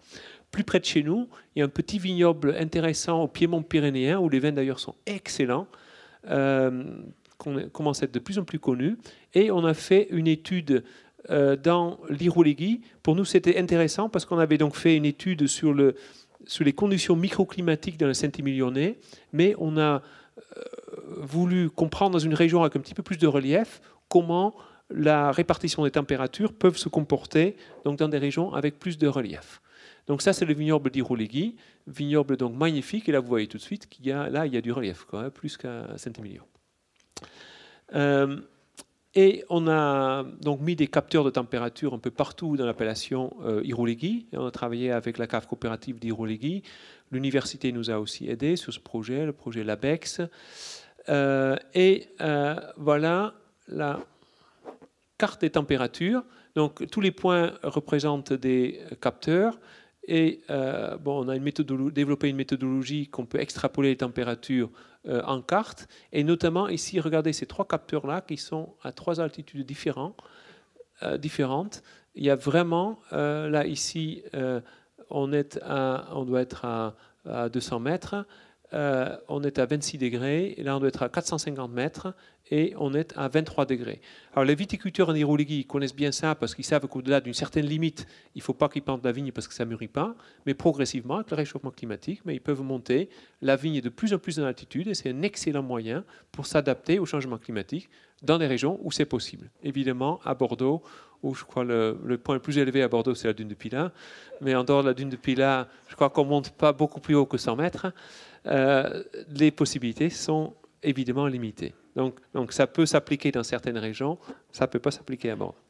plus près de chez nous, il y a un petit vignoble intéressant au Piémont pyrénéen, où les vins d'ailleurs sont excellents, euh, qu'on commence à être de plus en plus connus. Et on a fait une étude euh, dans l'Irolégui. Pour nous, c'était intéressant parce qu'on avait donc fait une étude sur, le, sur les conditions microclimatiques dans le Saint-Émilionnais, mais on a euh, voulu comprendre dans une région avec un petit peu plus de relief comment la répartition des températures peuvent se comporter donc, dans des régions avec plus de relief. Donc ça, c'est le vignoble d'Irolégui, vignoble donc magnifique. Et là, vous voyez tout de suite qu'il y a, là, il y a du relief, quoi, hein, plus qu'à Saint-Émilion. Euh, et on a donc mis des capteurs de température un peu partout dans l'appellation euh, Irolégui. On a travaillé avec la cave coopérative d'Irolégui. L'université nous a aussi aidés sur ce projet, le projet LABEX. Euh, et euh, voilà la carte des températures. Donc tous les points représentent des capteurs. Et euh, bon, on a une développé une méthodologie qu'on peut extrapoler les températures euh, en carte. Et notamment ici, regardez ces trois capteurs-là qui sont à trois altitudes différents, euh, différentes. Il y a vraiment, euh, là ici, euh, on, est à, on doit être à, à deux cents mètres. Euh, on est à vingt-six degrés, et là on doit être à quatre cent cinquante mètres, et on est à vingt-trois degrés. Alors les viticulteurs en Irolégui connaissent bien ça, parce qu'ils savent qu'au-delà d'une certaine limite, il ne faut pas qu'ils plantent la vigne parce que ça ne mûrit pas, mais progressivement, avec le réchauffement climatique, mais ils peuvent monter la vigne de plus en plus en altitude, et c'est un excellent moyen pour s'adapter au changement climatique dans des régions où c'est possible. Évidemment, à Bordeaux, où je crois le, le point le plus élevé à Bordeaux, c'est la dune de Pilat, mais en dehors de la dune de Pilat, je crois qu'on ne monte pas beaucoup plus haut que cent mètres. Euh, les possibilités sont évidemment limitées. Donc, donc ça peut s'appliquer dans certaines régions, ça ne peut pas s'appliquer à Bordeaux.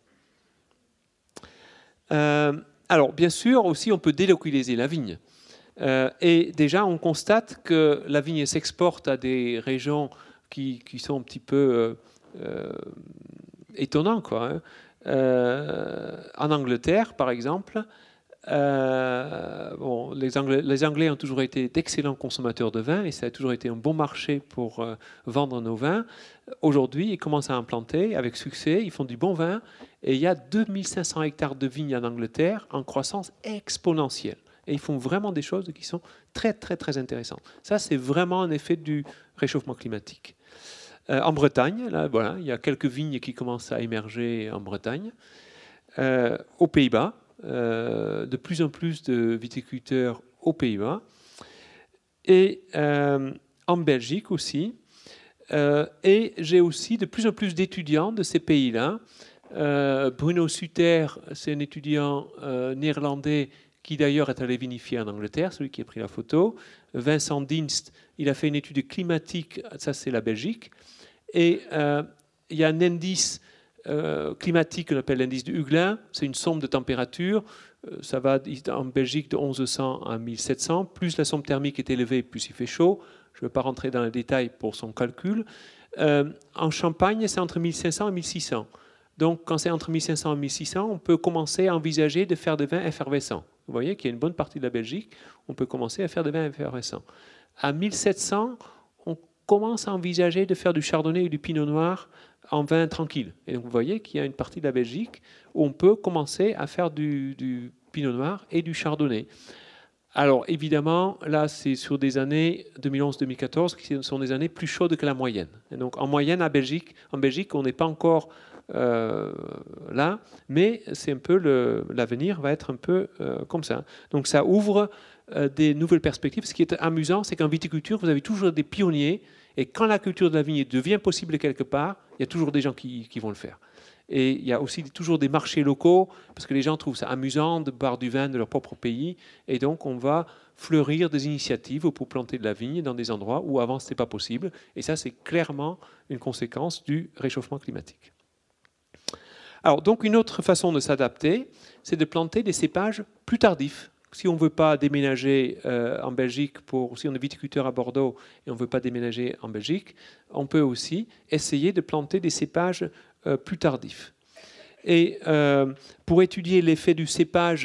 Euh, alors, bien sûr, aussi, on peut délocaliser la vigne. Euh, et déjà, on constate que la vigne s'exporte à des régions qui, qui sont un petit peu euh, euh, étonnantes, quoi, hein. Euh, en Angleterre, par exemple, Euh, bon, les, Anglais, les Anglais ont toujours été d'excellents consommateurs de vin et ça a toujours été un bon marché pour euh, vendre nos vins. Aujourd'hui, ils commencent à implanter avec succès, ils font du bon vin et il y a deux mille cinq cents hectares de vignes en Angleterre en croissance exponentielle. Et ils font vraiment des choses qui sont très, très, très intéressantes. Ça, c'est vraiment un effet du réchauffement climatique. Euh, en Bretagne, là, voilà, il y a quelques vignes qui commencent à émerger en Bretagne. Euh, aux Pays-Bas, Euh, de plus en plus de viticulteurs aux Pays-Bas et euh, en Belgique aussi. Euh, et j'ai aussi de plus en plus d'étudiants de ces pays-là. Euh, Bruno Suter, c'est un étudiant euh, néerlandais qui d'ailleurs est allé vinifier en Angleterre, celui qui a pris la photo. Vincent Dienst, il a fait une étude climatique, ça c'est la Belgique. Et euh, il y a un indice Euh, climatique qu'on appelle l'indice de Huglin, c'est une somme de température, euh, ça va en Belgique de onze cents à mille sept cents, plus la somme thermique est élevée, plus il fait chaud. Je ne vais pas rentrer dans les détails pour son calcul. Euh, en Champagne, c'est entre mille cinq cents et mille six cents. Donc quand c'est entre mille cinq cents et mille six cents, on peut commencer à envisager de faire des vins effervescents. Vous voyez qu'il y a une bonne partie de la Belgique, on peut commencer à faire des vins effervescents. À mille sept cents, on commence à envisager de faire du chardonnay et du pinot noir en vin tranquille. Et donc vous voyez qu'il y a une partie de la Belgique où on peut commencer à faire du, du pinot noir et du chardonnay. Alors évidemment, là c'est sur des années deux mille onze deux mille quatorze qui sont des années plus chaudes que la moyenne. Et donc en moyenne, à Belgique, en Belgique, on n'est pas encore euh, là, mais c'est un peu le, l'avenir va être un peu euh, comme ça. Donc ça ouvre euh, des nouvelles perspectives. Ce qui est amusant, c'est qu'en viticulture, vous avez toujours des pionniers. Et quand la culture de la vigne devient possible quelque part, il y a toujours des gens qui, qui vont le faire. Et il y a aussi toujours des marchés locaux, parce que les gens trouvent ça amusant de boire du vin de leur propre pays. Et donc, on va fleurir des initiatives pour planter de la vigne dans des endroits où avant, ce n'était pas possible. Et ça, c'est clairement une conséquence du réchauffement climatique. Alors, donc, une autre façon de s'adapter, c'est de planter des cépages plus tardifs. Si on ne veut pas déménager euh, en Belgique, pour, si on est viticulteur à Bordeaux et on ne veut pas déménager en Belgique, on peut aussi essayer de planter des cépages euh, plus tardifs. Et euh, pour étudier l'effet du cépage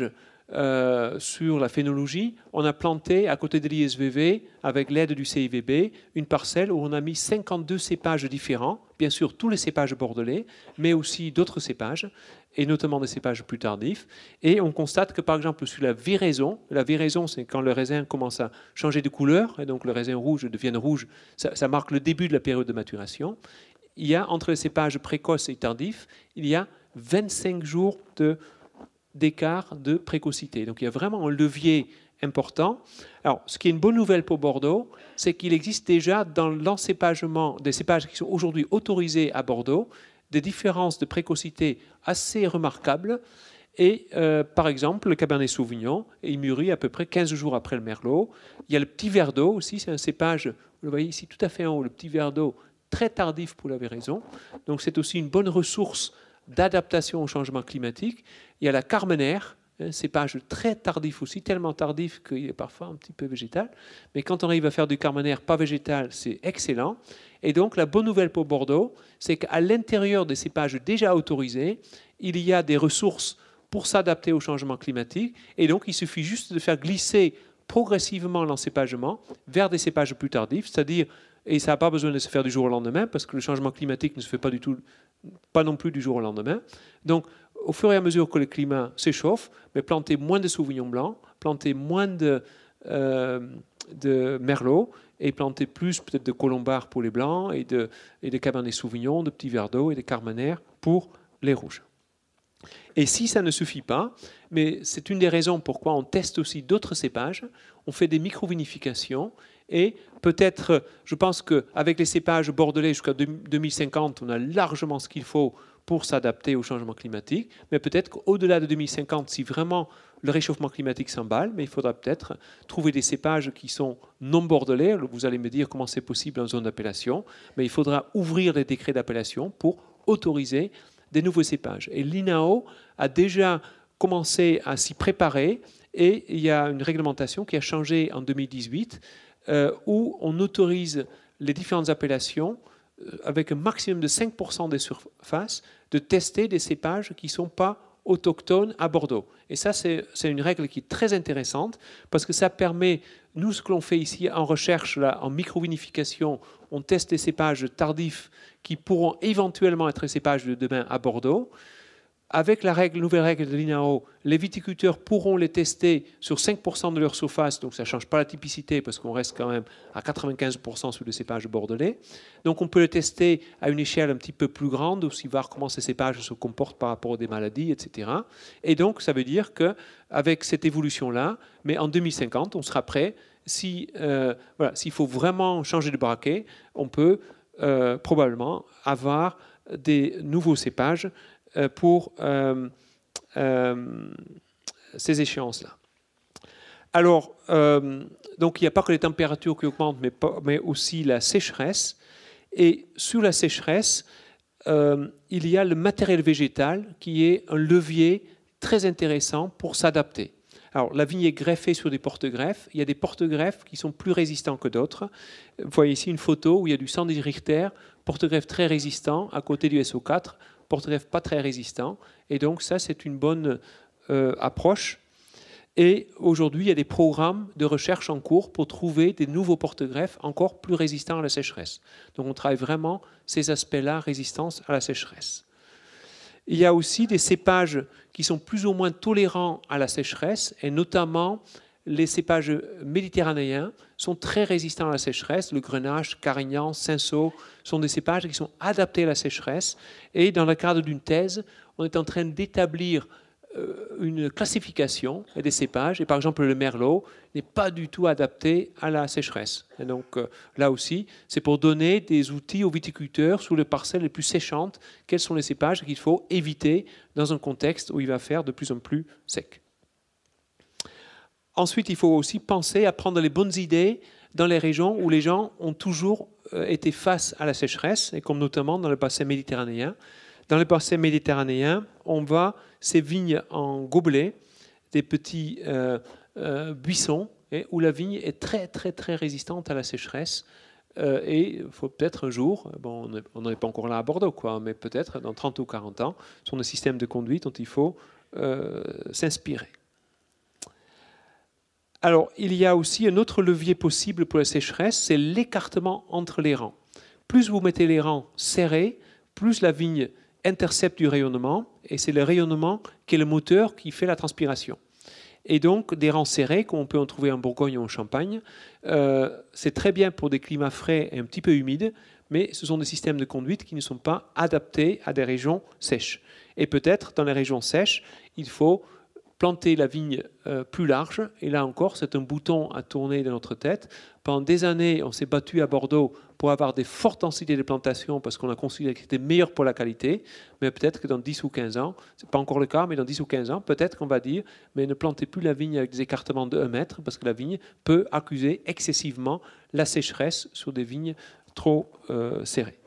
euh, sur la phénologie, on a planté à côté de l'I S V V, avec l'aide du C I V B, une parcelle où on a mis cinquante-deux cépages différents, bien sûr tous les cépages bordelais, mais aussi d'autres cépages, et notamment des cépages plus tardifs. Et on constate que, par exemple, sur la véraison, la véraison, c'est quand le raisin commence à changer de couleur, et donc le raisin rouge devient rouge, ça, ça marque le début de la période de maturation. Il y a, entre les cépages précoces et tardifs, il y a vingt-cinq jours de, d'écart de précocité. Donc il y a vraiment un levier important. Alors, ce qui est une bonne nouvelle pour Bordeaux, c'est qu'il existe déjà dans l'encépagement des cépages qui sont aujourd'hui autorisés à Bordeaux, des différences de précocité assez remarquables. Et euh, par exemple, le Cabernet Sauvignon, il mûrit à peu près quinze jours après le Merlot. Il y a le petit verre d'eau aussi, c'est un cépage, vous le voyez ici tout à fait en haut, le petit verre d'eau, très tardif pour la véraison. Donc c'est aussi une bonne ressource d'adaptation au changement climatique. Il y a la Carmenère, un cépage très tardif aussi, tellement tardif qu'il est parfois un petit peu végétal. Mais quand on arrive à faire du Carmenère pas végétal, c'est excellent. Et donc la bonne nouvelle pour Bordeaux, c'est qu'à l'intérieur des cépages déjà autorisés, il y a des ressources pour s'adapter au changement climatique. Et donc il suffit juste de faire glisser progressivement l'encépagement vers des cépages plus tardifs, c'est-à-dire, et ça n'a pas besoin de se faire du jour au lendemain, parce que le changement climatique ne se fait pas du tout, pas non plus du jour au lendemain. Donc, au fur et à mesure que le climat s'échauffe, mais planter moins de Sauvignon blanc, planter moins de, euh, de Merlot, et planter plus peut-être de Colombard pour les blancs, et de, et de Cabernet Sauvignon, de petits verres d'eau et de Carmenère pour les rouges. Et si ça ne suffit pas, mais c'est une des raisons pourquoi on teste aussi d'autres cépages, on fait des micro-vinifications, et peut-être, je pense qu'avec les cépages bordelais jusqu'à deux mille cinquante, on a largement ce qu'il faut pour s'adapter au changement climatique, mais peut-être qu'au-delà de deux mille cinquante, si vraiment le réchauffement climatique s'emballe, mais il faudra peut-être trouver des cépages qui sont non bordelais. Vous allez me dire comment c'est possible en zone d'appellation, mais il faudra ouvrir les décrets d'appellation pour autoriser des nouveaux cépages. Et l'I N A O a déjà commencé à s'y préparer, et il y a une réglementation qui a changé en deux mille dix-huit, euh, où on autorise les différentes appellations, euh, avec un maximum de cinq pour cent des surfaces, de tester des cépages qui ne sont pas autochtones à Bordeaux. Et ça, c'est, c'est une règle qui est très intéressante, parce que ça permet, nous, ce que l'on fait ici en recherche, là, en microvinification, on teste des cépages tardifs qui pourront éventuellement être les cépages de demain à Bordeaux. Avec la règle, nouvelle règle de l'I N A O, les viticulteurs pourront les tester sur cinq pour cent de leur surface, donc ça ne change pas la typicité parce qu'on reste quand même à quatre-vingt-quinze pour cent sur le cépage bordelais. Donc on peut le tester à une échelle un petit peu plus grande, aussi voir comment ces cépages se comportent par rapport à des maladies, et cetera. Et donc ça veut dire qu'avec cette évolution-là, mais en deux mille cinquante, on sera prêt. Si, euh, voilà, s'il faut vraiment changer de braquet, on peut euh, probablement avoir des nouveaux cépages pour euh, euh, ces échéances-là. Alors, euh, donc il n'y a pas que les températures qui augmentent, mais, pas, mais aussi la sécheresse. Et sur la sécheresse, euh, il y a le matériel végétal qui est un levier très intéressant pour s'adapter. Alors, la vigne est greffée sur des porte-greffes. Il y a des porte-greffes qui sont plus résistants que d'autres. Vous voyez ici une photo où il y a du cent dix Richter, porte-greffe très résistant, à côté du S O quatre, porte-greffe pas très résistant. Et donc, ça, c'est une bonne euh, approche. Et aujourd'hui, il y a des programmes de recherche en cours pour trouver des nouveaux porte-greffes encore plus résistants à la sécheresse. Donc, on travaille vraiment ces aspects-là, résistance à la sécheresse. Il y a aussi des cépages qui sont plus ou moins tolérants à la sécheresse, et notamment les cépages méditerranéens sont très résistants à la sécheresse. Le Grenache, Carignan, Cinsault sont des cépages qui sont adaptés à la sécheresse. Et dans le cadre d'une thèse, on est en train d'établir une classification des cépages. Et par exemple, le Merlot n'est pas du tout adapté à la sécheresse. Et donc là aussi, c'est pour donner des outils aux viticulteurs sur les parcelles les plus séchantes, quels sont les cépages qu'il faut éviter dans un contexte où il va faire de plus en plus sec. Ensuite, il faut aussi penser à prendre les bonnes idées dans les régions où les gens ont toujours été face à la sécheresse, et comme notamment dans le bassin méditerranéen. Dans le bassin méditerranéen, on va ces vignes en gobelet, des petits euh, euh, buissons, et où la vigne est très très très résistante à la sécheresse. Euh, et il faut peut-être un jour, bon, on n'en est pas encore là à Bordeaux, quoi, mais peut-être dans trente ou quarante ans, ce sont des systèmes de conduite dont il faut euh, s'inspirer. Alors, il y a aussi un autre levier possible pour la sécheresse, c'est l'écartement entre les rangs. Plus vous mettez les rangs serrés, plus la vigne intercepte du rayonnement, et c'est le rayonnement qui est le moteur qui fait la transpiration. Et donc, des rangs serrés, comme on peut en trouver en Bourgogne ou en Champagne, euh, c'est très bien pour des climats frais et un petit peu humides, mais ce sont des systèmes de conduite qui ne sont pas adaptés à des régions sèches. Et peut-être, dans les régions sèches, il faut planter la vigne euh, plus large. Et là encore, c'est un bouton à tourner dans notre tête. Pendant des années, on s'est battu à Bordeaux pour avoir des fortes densités de plantation parce qu'on a considéré que c'était meilleur pour la qualité. Mais peut-être que dans dix ou quinze ans, ce n'est pas encore le cas, mais dans dix ou quinze ans, peut-être qu'on va dire, mais ne plantez plus la vigne avec des écartements de un mètre parce que la vigne peut accuser excessivement la sécheresse sur des vignes trop euh, serrées.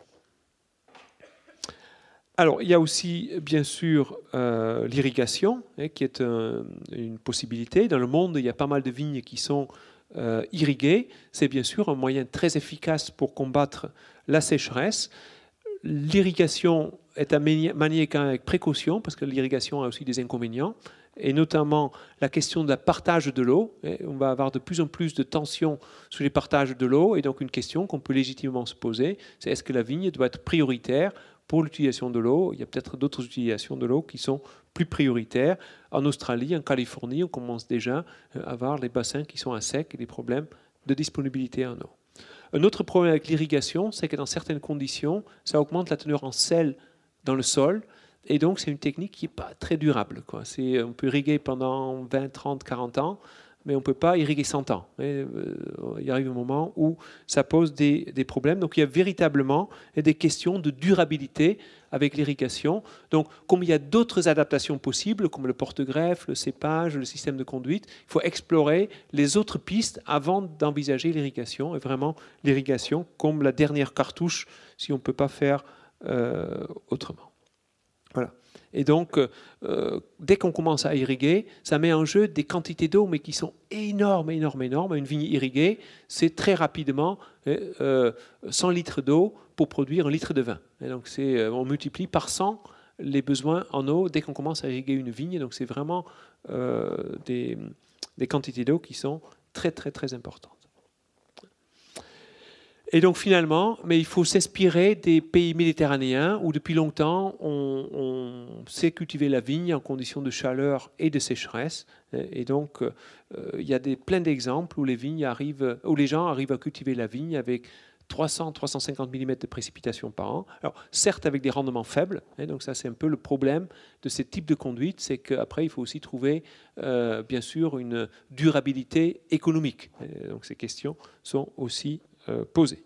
Alors, il y a aussi, bien sûr, euh, l'irrigation, hein, qui est un, une possibilité. Dans le monde, il y a pas mal de vignes qui sont euh, irriguées. C'est bien sûr un moyen très efficace pour combattre la sécheresse. L'irrigation est à manier quand même avec précaution, parce que l'irrigation a aussi des inconvénients, et notamment la question de la partage de l'eau. On va avoir de plus en plus de tensions sur les partages de l'eau, et donc une question qu'on peut légitimement se poser, c'est est-ce que la vigne doit être prioritaire pour l'utilisation de l'eau? Il y a peut-être d'autres utilisations de l'eau qui sont plus prioritaires. En Australie, en Californie, on commence déjà à avoir les bassins qui sont à sec et des problèmes de disponibilité en eau. Un autre problème avec l'irrigation, c'est que dans certaines conditions, ça augmente la teneur en sel dans le sol, et donc c'est une technique qui n'est pas très durable, quoi. C'est, on peut irriguer pendant vingt, trente, quarante ans, mais on ne peut pas irriguer cent ans. Et, euh, il arrive un moment où ça pose des, des problèmes. Donc il y a véritablement des questions de durabilité avec l'irrigation. Donc comme il y a d'autres adaptations possibles, comme le porte-greffe, le cépage, le système de conduite, il faut explorer les autres pistes avant d'envisager l'irrigation. Et vraiment l'irrigation comme la dernière cartouche si on ne peut pas faire euh, autrement. Voilà. Et donc, euh, dès qu'on commence à irriguer, ça met en jeu des quantités d'eau, mais qui sont énormes, énormes, énormes. Une vigne irriguée, c'est très rapidement euh, cent litres d'eau pour produire un litre de vin. Et donc, c'est, on multiplie par cent les besoins en eau dès qu'on commence à irriguer une vigne. Donc, c'est vraiment euh, des, des quantités d'eau qui sont très, très, très importantes. Et donc finalement, mais il faut s'inspirer des pays méditerranéens où depuis longtemps on, on sait cultiver la vigne en conditions de chaleur et de sécheresse. Et donc euh, il y a des, plein d'exemples où les vignes arrivent, où les gens arrivent à cultiver la vigne avec trois cents à trois cent cinquante millimètres de précipitations par an. Alors certes avec des rendements faibles, hein, donc ça c'est un peu le problème de ces types de conduite, c'est qu'après il faut aussi trouver euh, bien sûr une durabilité économique. Et donc ces questions sont aussi euh, posées.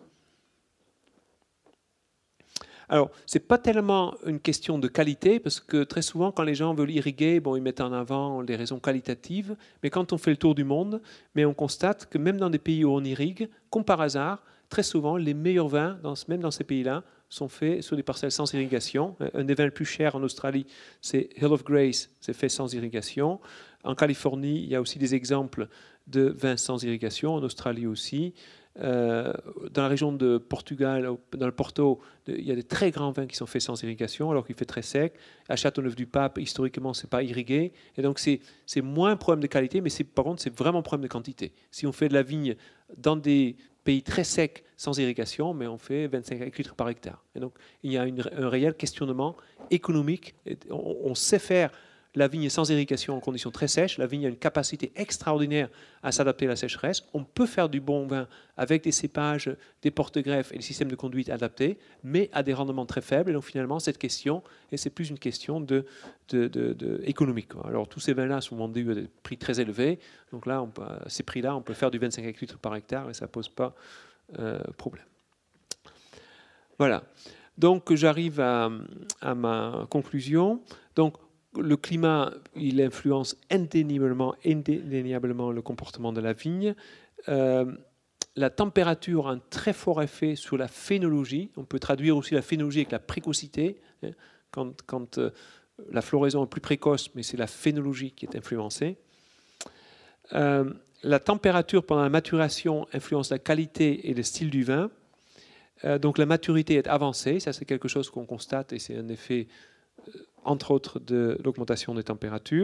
Alors, ce n'est pas tellement une question de qualité, parce que très souvent, quand les gens veulent irriguer, bon, ils mettent en avant les raisons qualitatives, mais quand on fait le tour du monde, mais on constate que même dans des pays où on irrigue, comme par hasard, très souvent, les meilleurs vins, dans, même dans ces pays-là, sont faits sur des parcelles sans irrigation. Un des vins les plus chers en Australie, c'est Hill of Grace, c'est fait sans irrigation. En Californie, il y a aussi des exemples de vins sans irrigation, en Australie aussi. Euh, dans la région de Portugal, dans le Porto, il y a des très grands vins qui sont faits sans irrigation, alors qu'il fait très sec. À Châteauneuf-du-Pape, historiquement, ce n'est pas irrigué. Et donc, c'est, c'est moins un problème de qualité, mais c'est, par contre, c'est vraiment un problème de quantité. Si on fait de la vigne dans des pays très secs, sans irrigation, mais on fait vingt-cinq litres par hectare. Et donc, il y a une, un réel questionnement économique. On, on sait faire la vigne sans irrigation en conditions très sèches. La vigne a une capacité extraordinaire à s'adapter à la sécheresse. On peut faire du bon vin avec des cépages, des porte-greffes et des systèmes de conduite adaptés, mais à des rendements très faibles. Et donc finalement, cette question, et c'est plus une question de, de, de, de économique. Alors tous ces vins-là sont vendus à des prix très élevés. Donc là, on peut, à ces prix-là, on peut faire du vingt-cinq litres par hectare et ça ne pose pas euh, problème. Voilà. Donc j'arrive à, à ma conclusion. Donc le climat, il influence indéniablement, indéniablement le comportement de la vigne. Euh, la température a un très fort effet sur la phénologie. On peut traduire aussi la phénologie avec la précocité. Hein, quand, quand euh, la floraison est plus précoce, mais c'est la phénologie qui est influencée. Euh, la température pendant la maturation influence la qualité et le style du vin. Euh, donc la maturité est avancée. Ça, c'est quelque chose qu'on constate et c'est un effet entre autres de l'augmentation des températures.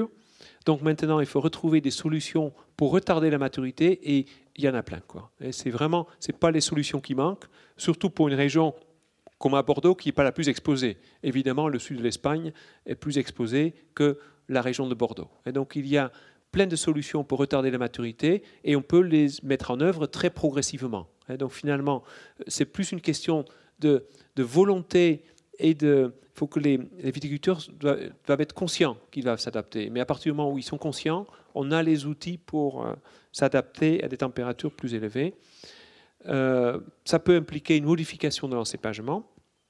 Donc maintenant, il faut retrouver des solutions pour retarder la maturité, et il y en a plein, quoi. Et c'est vraiment, c'est pas les solutions qui manquent, surtout pour une région comme à Bordeaux, qui n'est pas la plus exposée. Évidemment, le sud de l'Espagne est plus exposé que la région de Bordeaux. Et donc, il y a plein de solutions pour retarder la maturité, et on peut les mettre en œuvre très progressivement. Et donc, finalement, c'est plus une question de, de volonté et de... Il faut que les, les viticulteurs doivent, doivent être conscients qu'ils doivent s'adapter. Mais à partir du moment où ils sont conscients, on a les outils pour euh, s'adapter à des températures plus élevées. Euh, ça peut impliquer une modification de l'encépagement.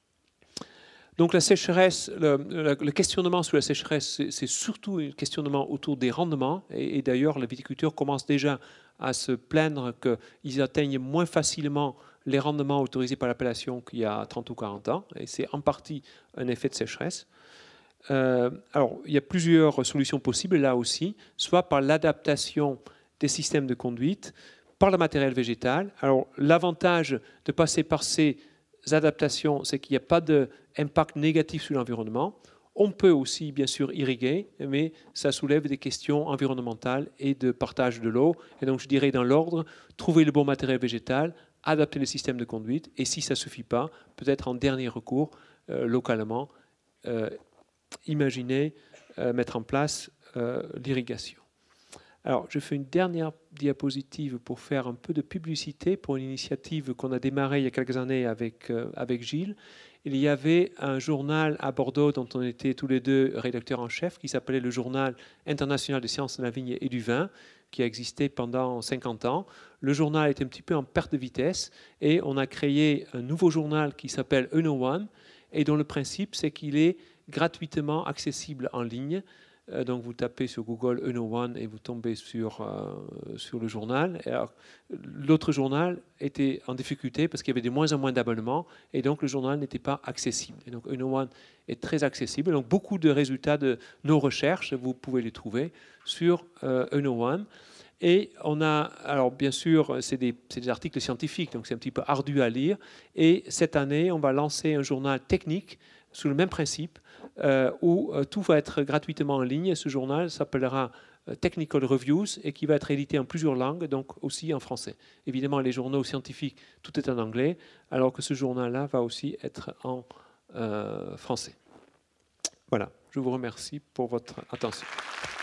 Donc la sécheresse, le, le, le questionnement sur la sécheresse, c'est surtout un questionnement autour des rendements. Et, et d'ailleurs, les viticulteurs commencent déjà à se plaindre qu'ils atteignent moins facilement les rendements autorisés par l'appellation qu'il y a trente ou quarante ans. Et c'est en partie un effet de sécheresse. Euh, alors, il y a plusieurs solutions possibles là aussi, soit par l'adaptation des systèmes de conduite, par le matériel végétal. Alors, l'avantage de passer par ces adaptations, c'est qu'il n'y a pas d'impact négatif sur l'environnement. On peut aussi, bien sûr, irriguer, mais ça soulève des questions environnementales et de partage de l'eau. Et donc, je dirais dans l'ordre, trouver le bon matériel végétal, adapter le système de conduite, et si ça ne suffit pas, peut-être en dernier recours, euh, localement, euh, imaginer euh, mettre en place euh, l'irrigation. Alors, je fais une dernière diapositive pour faire un peu de publicité pour une initiative qu'on a démarrée il y a quelques années avec, euh, avec Gilles. Il y avait un journal à Bordeaux dont on était tous les deux rédacteurs en chef, qui s'appelait le Journal international des sciences de la vigne et du vin, qui a existé pendant cinquante ans. Le journal est un petit peu en perte de vitesse, et on a créé un nouveau journal qui s'appelle E N O one, et dont le principe, c'est qu'il est gratuitement accessible en ligne. Donc vous tapez sur Google E N O one et vous tombez sur, euh, sur le journal. L'autre journal était en difficulté parce qu'il y avait de moins en moins d'abonnements, et donc le journal n'était pas accessible. Et donc E N O one est très accessible. Donc beaucoup de résultats de nos recherches, vous pouvez les trouver sur euh, E N O one. Et on a, alors bien sûr, c'est des, c'est des articles scientifiques, donc c'est un petit peu ardu à lire. Et cette année, on va lancer un journal technique sous le même principe, euh, où euh, tout va être gratuitement en ligne. Ce journal s'appellera euh, Technical Reviews, et qui va être édité en plusieurs langues, donc aussi en français. Évidemment, les journaux scientifiques, tout est en anglais, alors que ce journal-là va aussi être en euh, français. Voilà, je vous remercie pour votre attention.